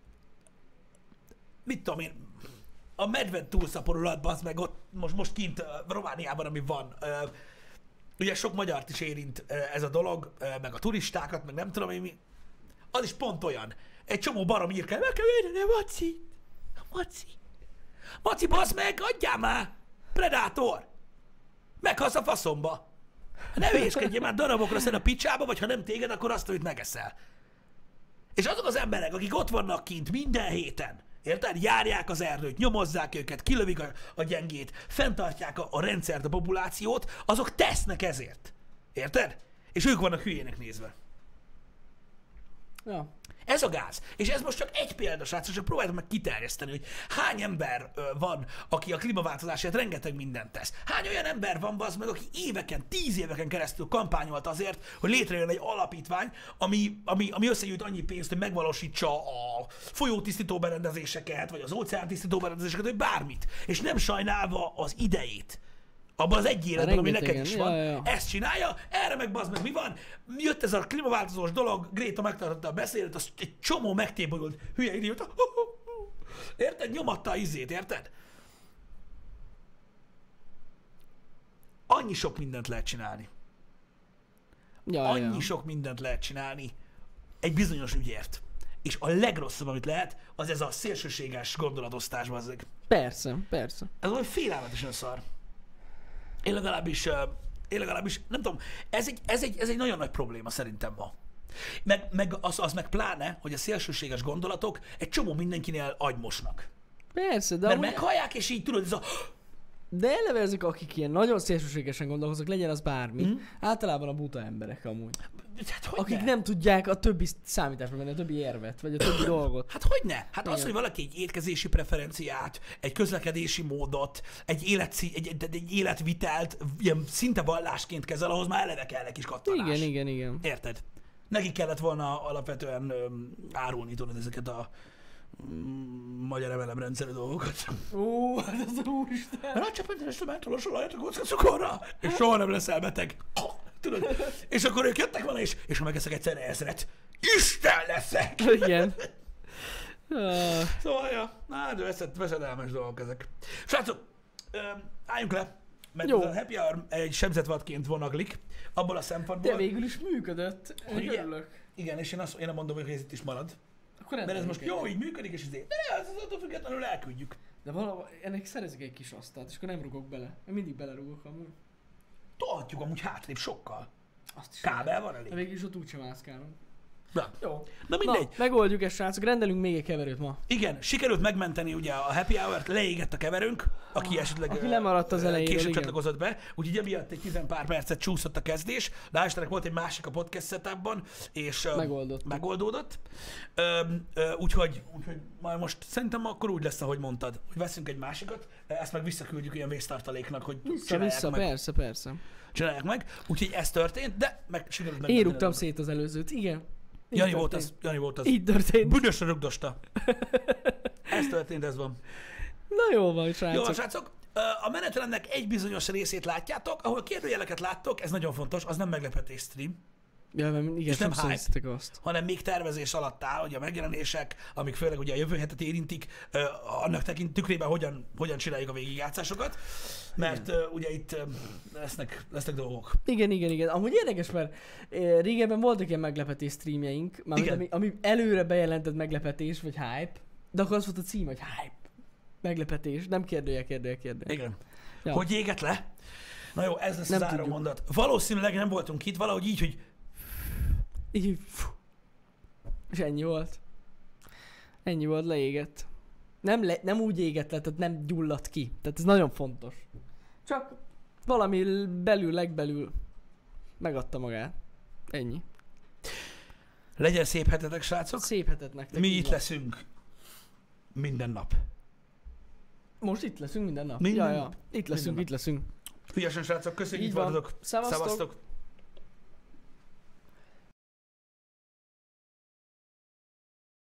A: mit tudom én, a medved túlszaporulat, bazd meg ott most kint Romániában, ami van, ugye sok magyart is érint ez a dolog, meg a turistákat, meg nem tudom én mi. Az is pont olyan. Egy csomó barom ír kell, meg kell védeni a Maci. Maci, bazd meg, adjál már! Predátor! Meghalsz a faszomba! Ne hülyéskedjél már darabokra szed a picsába, vagy ha nem téged, akkor azt, amit megeszel. És azok az emberek, akik ott vannak kint minden héten, érted? Járják az erdőt, nyomozzák őket, kilövik a gyengét, fenntartják a rendszert, a populációt, azok tesznek ezért. Érted? És ők vannak hülyének nézve.
B: Ja.
A: Ez a gáz. És ez most csak egy példa, srácok, csak próbáltam meg kiterjeszteni, hogy hány ember van, aki a klímaváltozásért rengeteg mindent tesz. Hány olyan ember van, az meg, aki éveken, 10 éveken keresztül kampányolt azért, hogy létrejön egy alapítvány, ami összegyűjt annyi pénzt, hogy megvalósítsa a folyótisztító berendezéseket, vagy az óceántisztító berendezéseket, vagy bármit. És nem sajnálva az idejét. Abban az egy életben, ami neked is van, ezt csinálja, erre meg bazd meg mi van? Jött ez a klímaváltozós dolog, Gréta megtartotta a beszédet, az egy csomó megtébolyult hülye idióta. Érted? Nyomatta a izét, érted? Annyi sok mindent lehet csinálni. Annyi sok mindent lehet csinálni egy bizonyos ügyért. És a legrosszabb, amit lehet, az ez a szélsőséges gondolatosztás, bazzeg.
B: Persze.
A: Ez olyan félelmetesen szar. Én legalábbis, nem tudom, ez egy nagyon nagy probléma szerintem ma. Meg az meg pláne, hogy a szélsőséges gondolatok egy csomó mindenkinél agymosnak.
B: Persze, de
A: mert meghallják, és így tudod, ez a...
B: De eleve ezek, akik ilyen nagyon szélsőségesen gondolkoznak, legyen az bármi, általában a buta emberek amúgy.
A: Hát,
B: akik nem tudják a többi számításba venni, a többi érvet, vagy a többi dolgot.
A: Hát hogy ne? Hát az, hogy valaki egy étkezési preferenciát, egy közlekedési módot, egy életvitelt ilyen szinte vallásként kezel, ahhoz már eleve kell egy kis kattanás.
B: Igen.
A: Érted? Neki kellett volna alapvetően árulni, tudod, ezeket a magyar emelemrendszerű dolgokat.
B: Ó, hát ez a úristen!
A: Nagy csapentesre mentolós olajat a kocka cukorra, és soha nem leszel beteg. Tudod? És akkor ők jöttek volna, és ha megeszek egyszer 1000-et, Isten leszek!
B: Igen.
A: Szóval, ja, de veszedelmes dolgok ezek. Srácok, álljunk le, mert ez a happy hour egy sebzetvatként vonaglik, abból a szempontból.
B: De végül is működött. Örülök.
A: Igen, és én nem mondom, hogy ez itt is marad.
B: Akkor
A: mert ez most jó, így működik, és izé. De ez az attól függetlenül elküldjük.
B: De valahol ennek szerezik egy kis asztalt, és akkor nem rugok bele. Én mindig belerugok amúgy.
A: Tolhatjuk amúgy hátrébb sokkal.
B: Azt is
A: Kábel van elég.
B: De végül is ott úgysem mászkálom.
A: Na.
B: Jó.
A: Na mindegy.
B: Na, megoldjuk ezt, srácok, rendelünk még egy keverőt ma.
A: Igen, sikerült megmenteni ugye a happy hour-t, leégett a keverőnk, aki esetleg
B: aki lemaradt az elejéről,
A: később csatlakozott be, úgyhogy emiatt egy 10 pár percet csúszott a kezdés, de Istennek volt egy másik a podcast setupban, és megoldódott. Úgyhogy majd most szerintem akkor úgy lesz, ahogy mondtad, hogy veszünk egy másikat, ezt meg visszaküldjük ilyen vésztartaléknak, hogy
B: vissza,
A: meg.
B: Persze.
A: Csinálják meg, úgyhogy ez történt, de meg sikerült meg.
B: Én rúgtam szét az előzőt, igen.
A: Jani volt az.
B: Így történt.
A: Büdösre rugdosta. Ez történt, ez van.
B: Na jó van, srácok.
A: Jó van, srácok. A menetrendnek egy bizonyos részét látjátok, ahol kérdőjeleket láttok, ez nagyon fontos, az nem meglepetés stream.
B: Ja, mert igen,
A: És nem
B: sokszor
A: hype.
B: hisztek azt.
A: hanem még tervezés alatt áll, hogy a megjelenések, amik főleg ugye a jövő hetet érintik, annak tükrében hogyan csináljuk a végigjátszásokat, mert ugye itt lesznek dolgok.
B: Igen. Amúgy érdekes, mert régebben voltak ilyen meglepetés streamjeink,
A: Igen.
B: ami előre bejelentett meglepetés, vagy hype, de akkor az volt a cím, hogy hype. Meglepetés, nem kérdője.
A: Igen.
B: Ja.
A: Hogy égett le? Na jó, ez lesz
B: Nem
A: a záró
B: tudjuk.
A: mondat. Valószínűleg nem voltunk itt, valahogy így, hogy
B: Így, fú. És ennyi volt. Ennyi volt, leégett. Nem úgy égett le, tehát nem gyulladt ki. Tehát ez nagyon fontos. Csak valami legbelül megadta magát. Ennyi.
A: legyen szép hetetek, srácok.
B: Szép hetet nektek.
A: Mi
B: így
A: itt
B: van.
A: leszünk minden nap.
B: Most itt leszünk minden nap?
A: Minden
B: Ja.
A: nap.
B: Itt leszünk,
A: Minden
B: itt leszünk.
A: Ügyesen, srácok, köszönjük,
B: Így
A: hogy
B: van.
A: voltatok.
B: Szevasztok.
A: Szevasztok.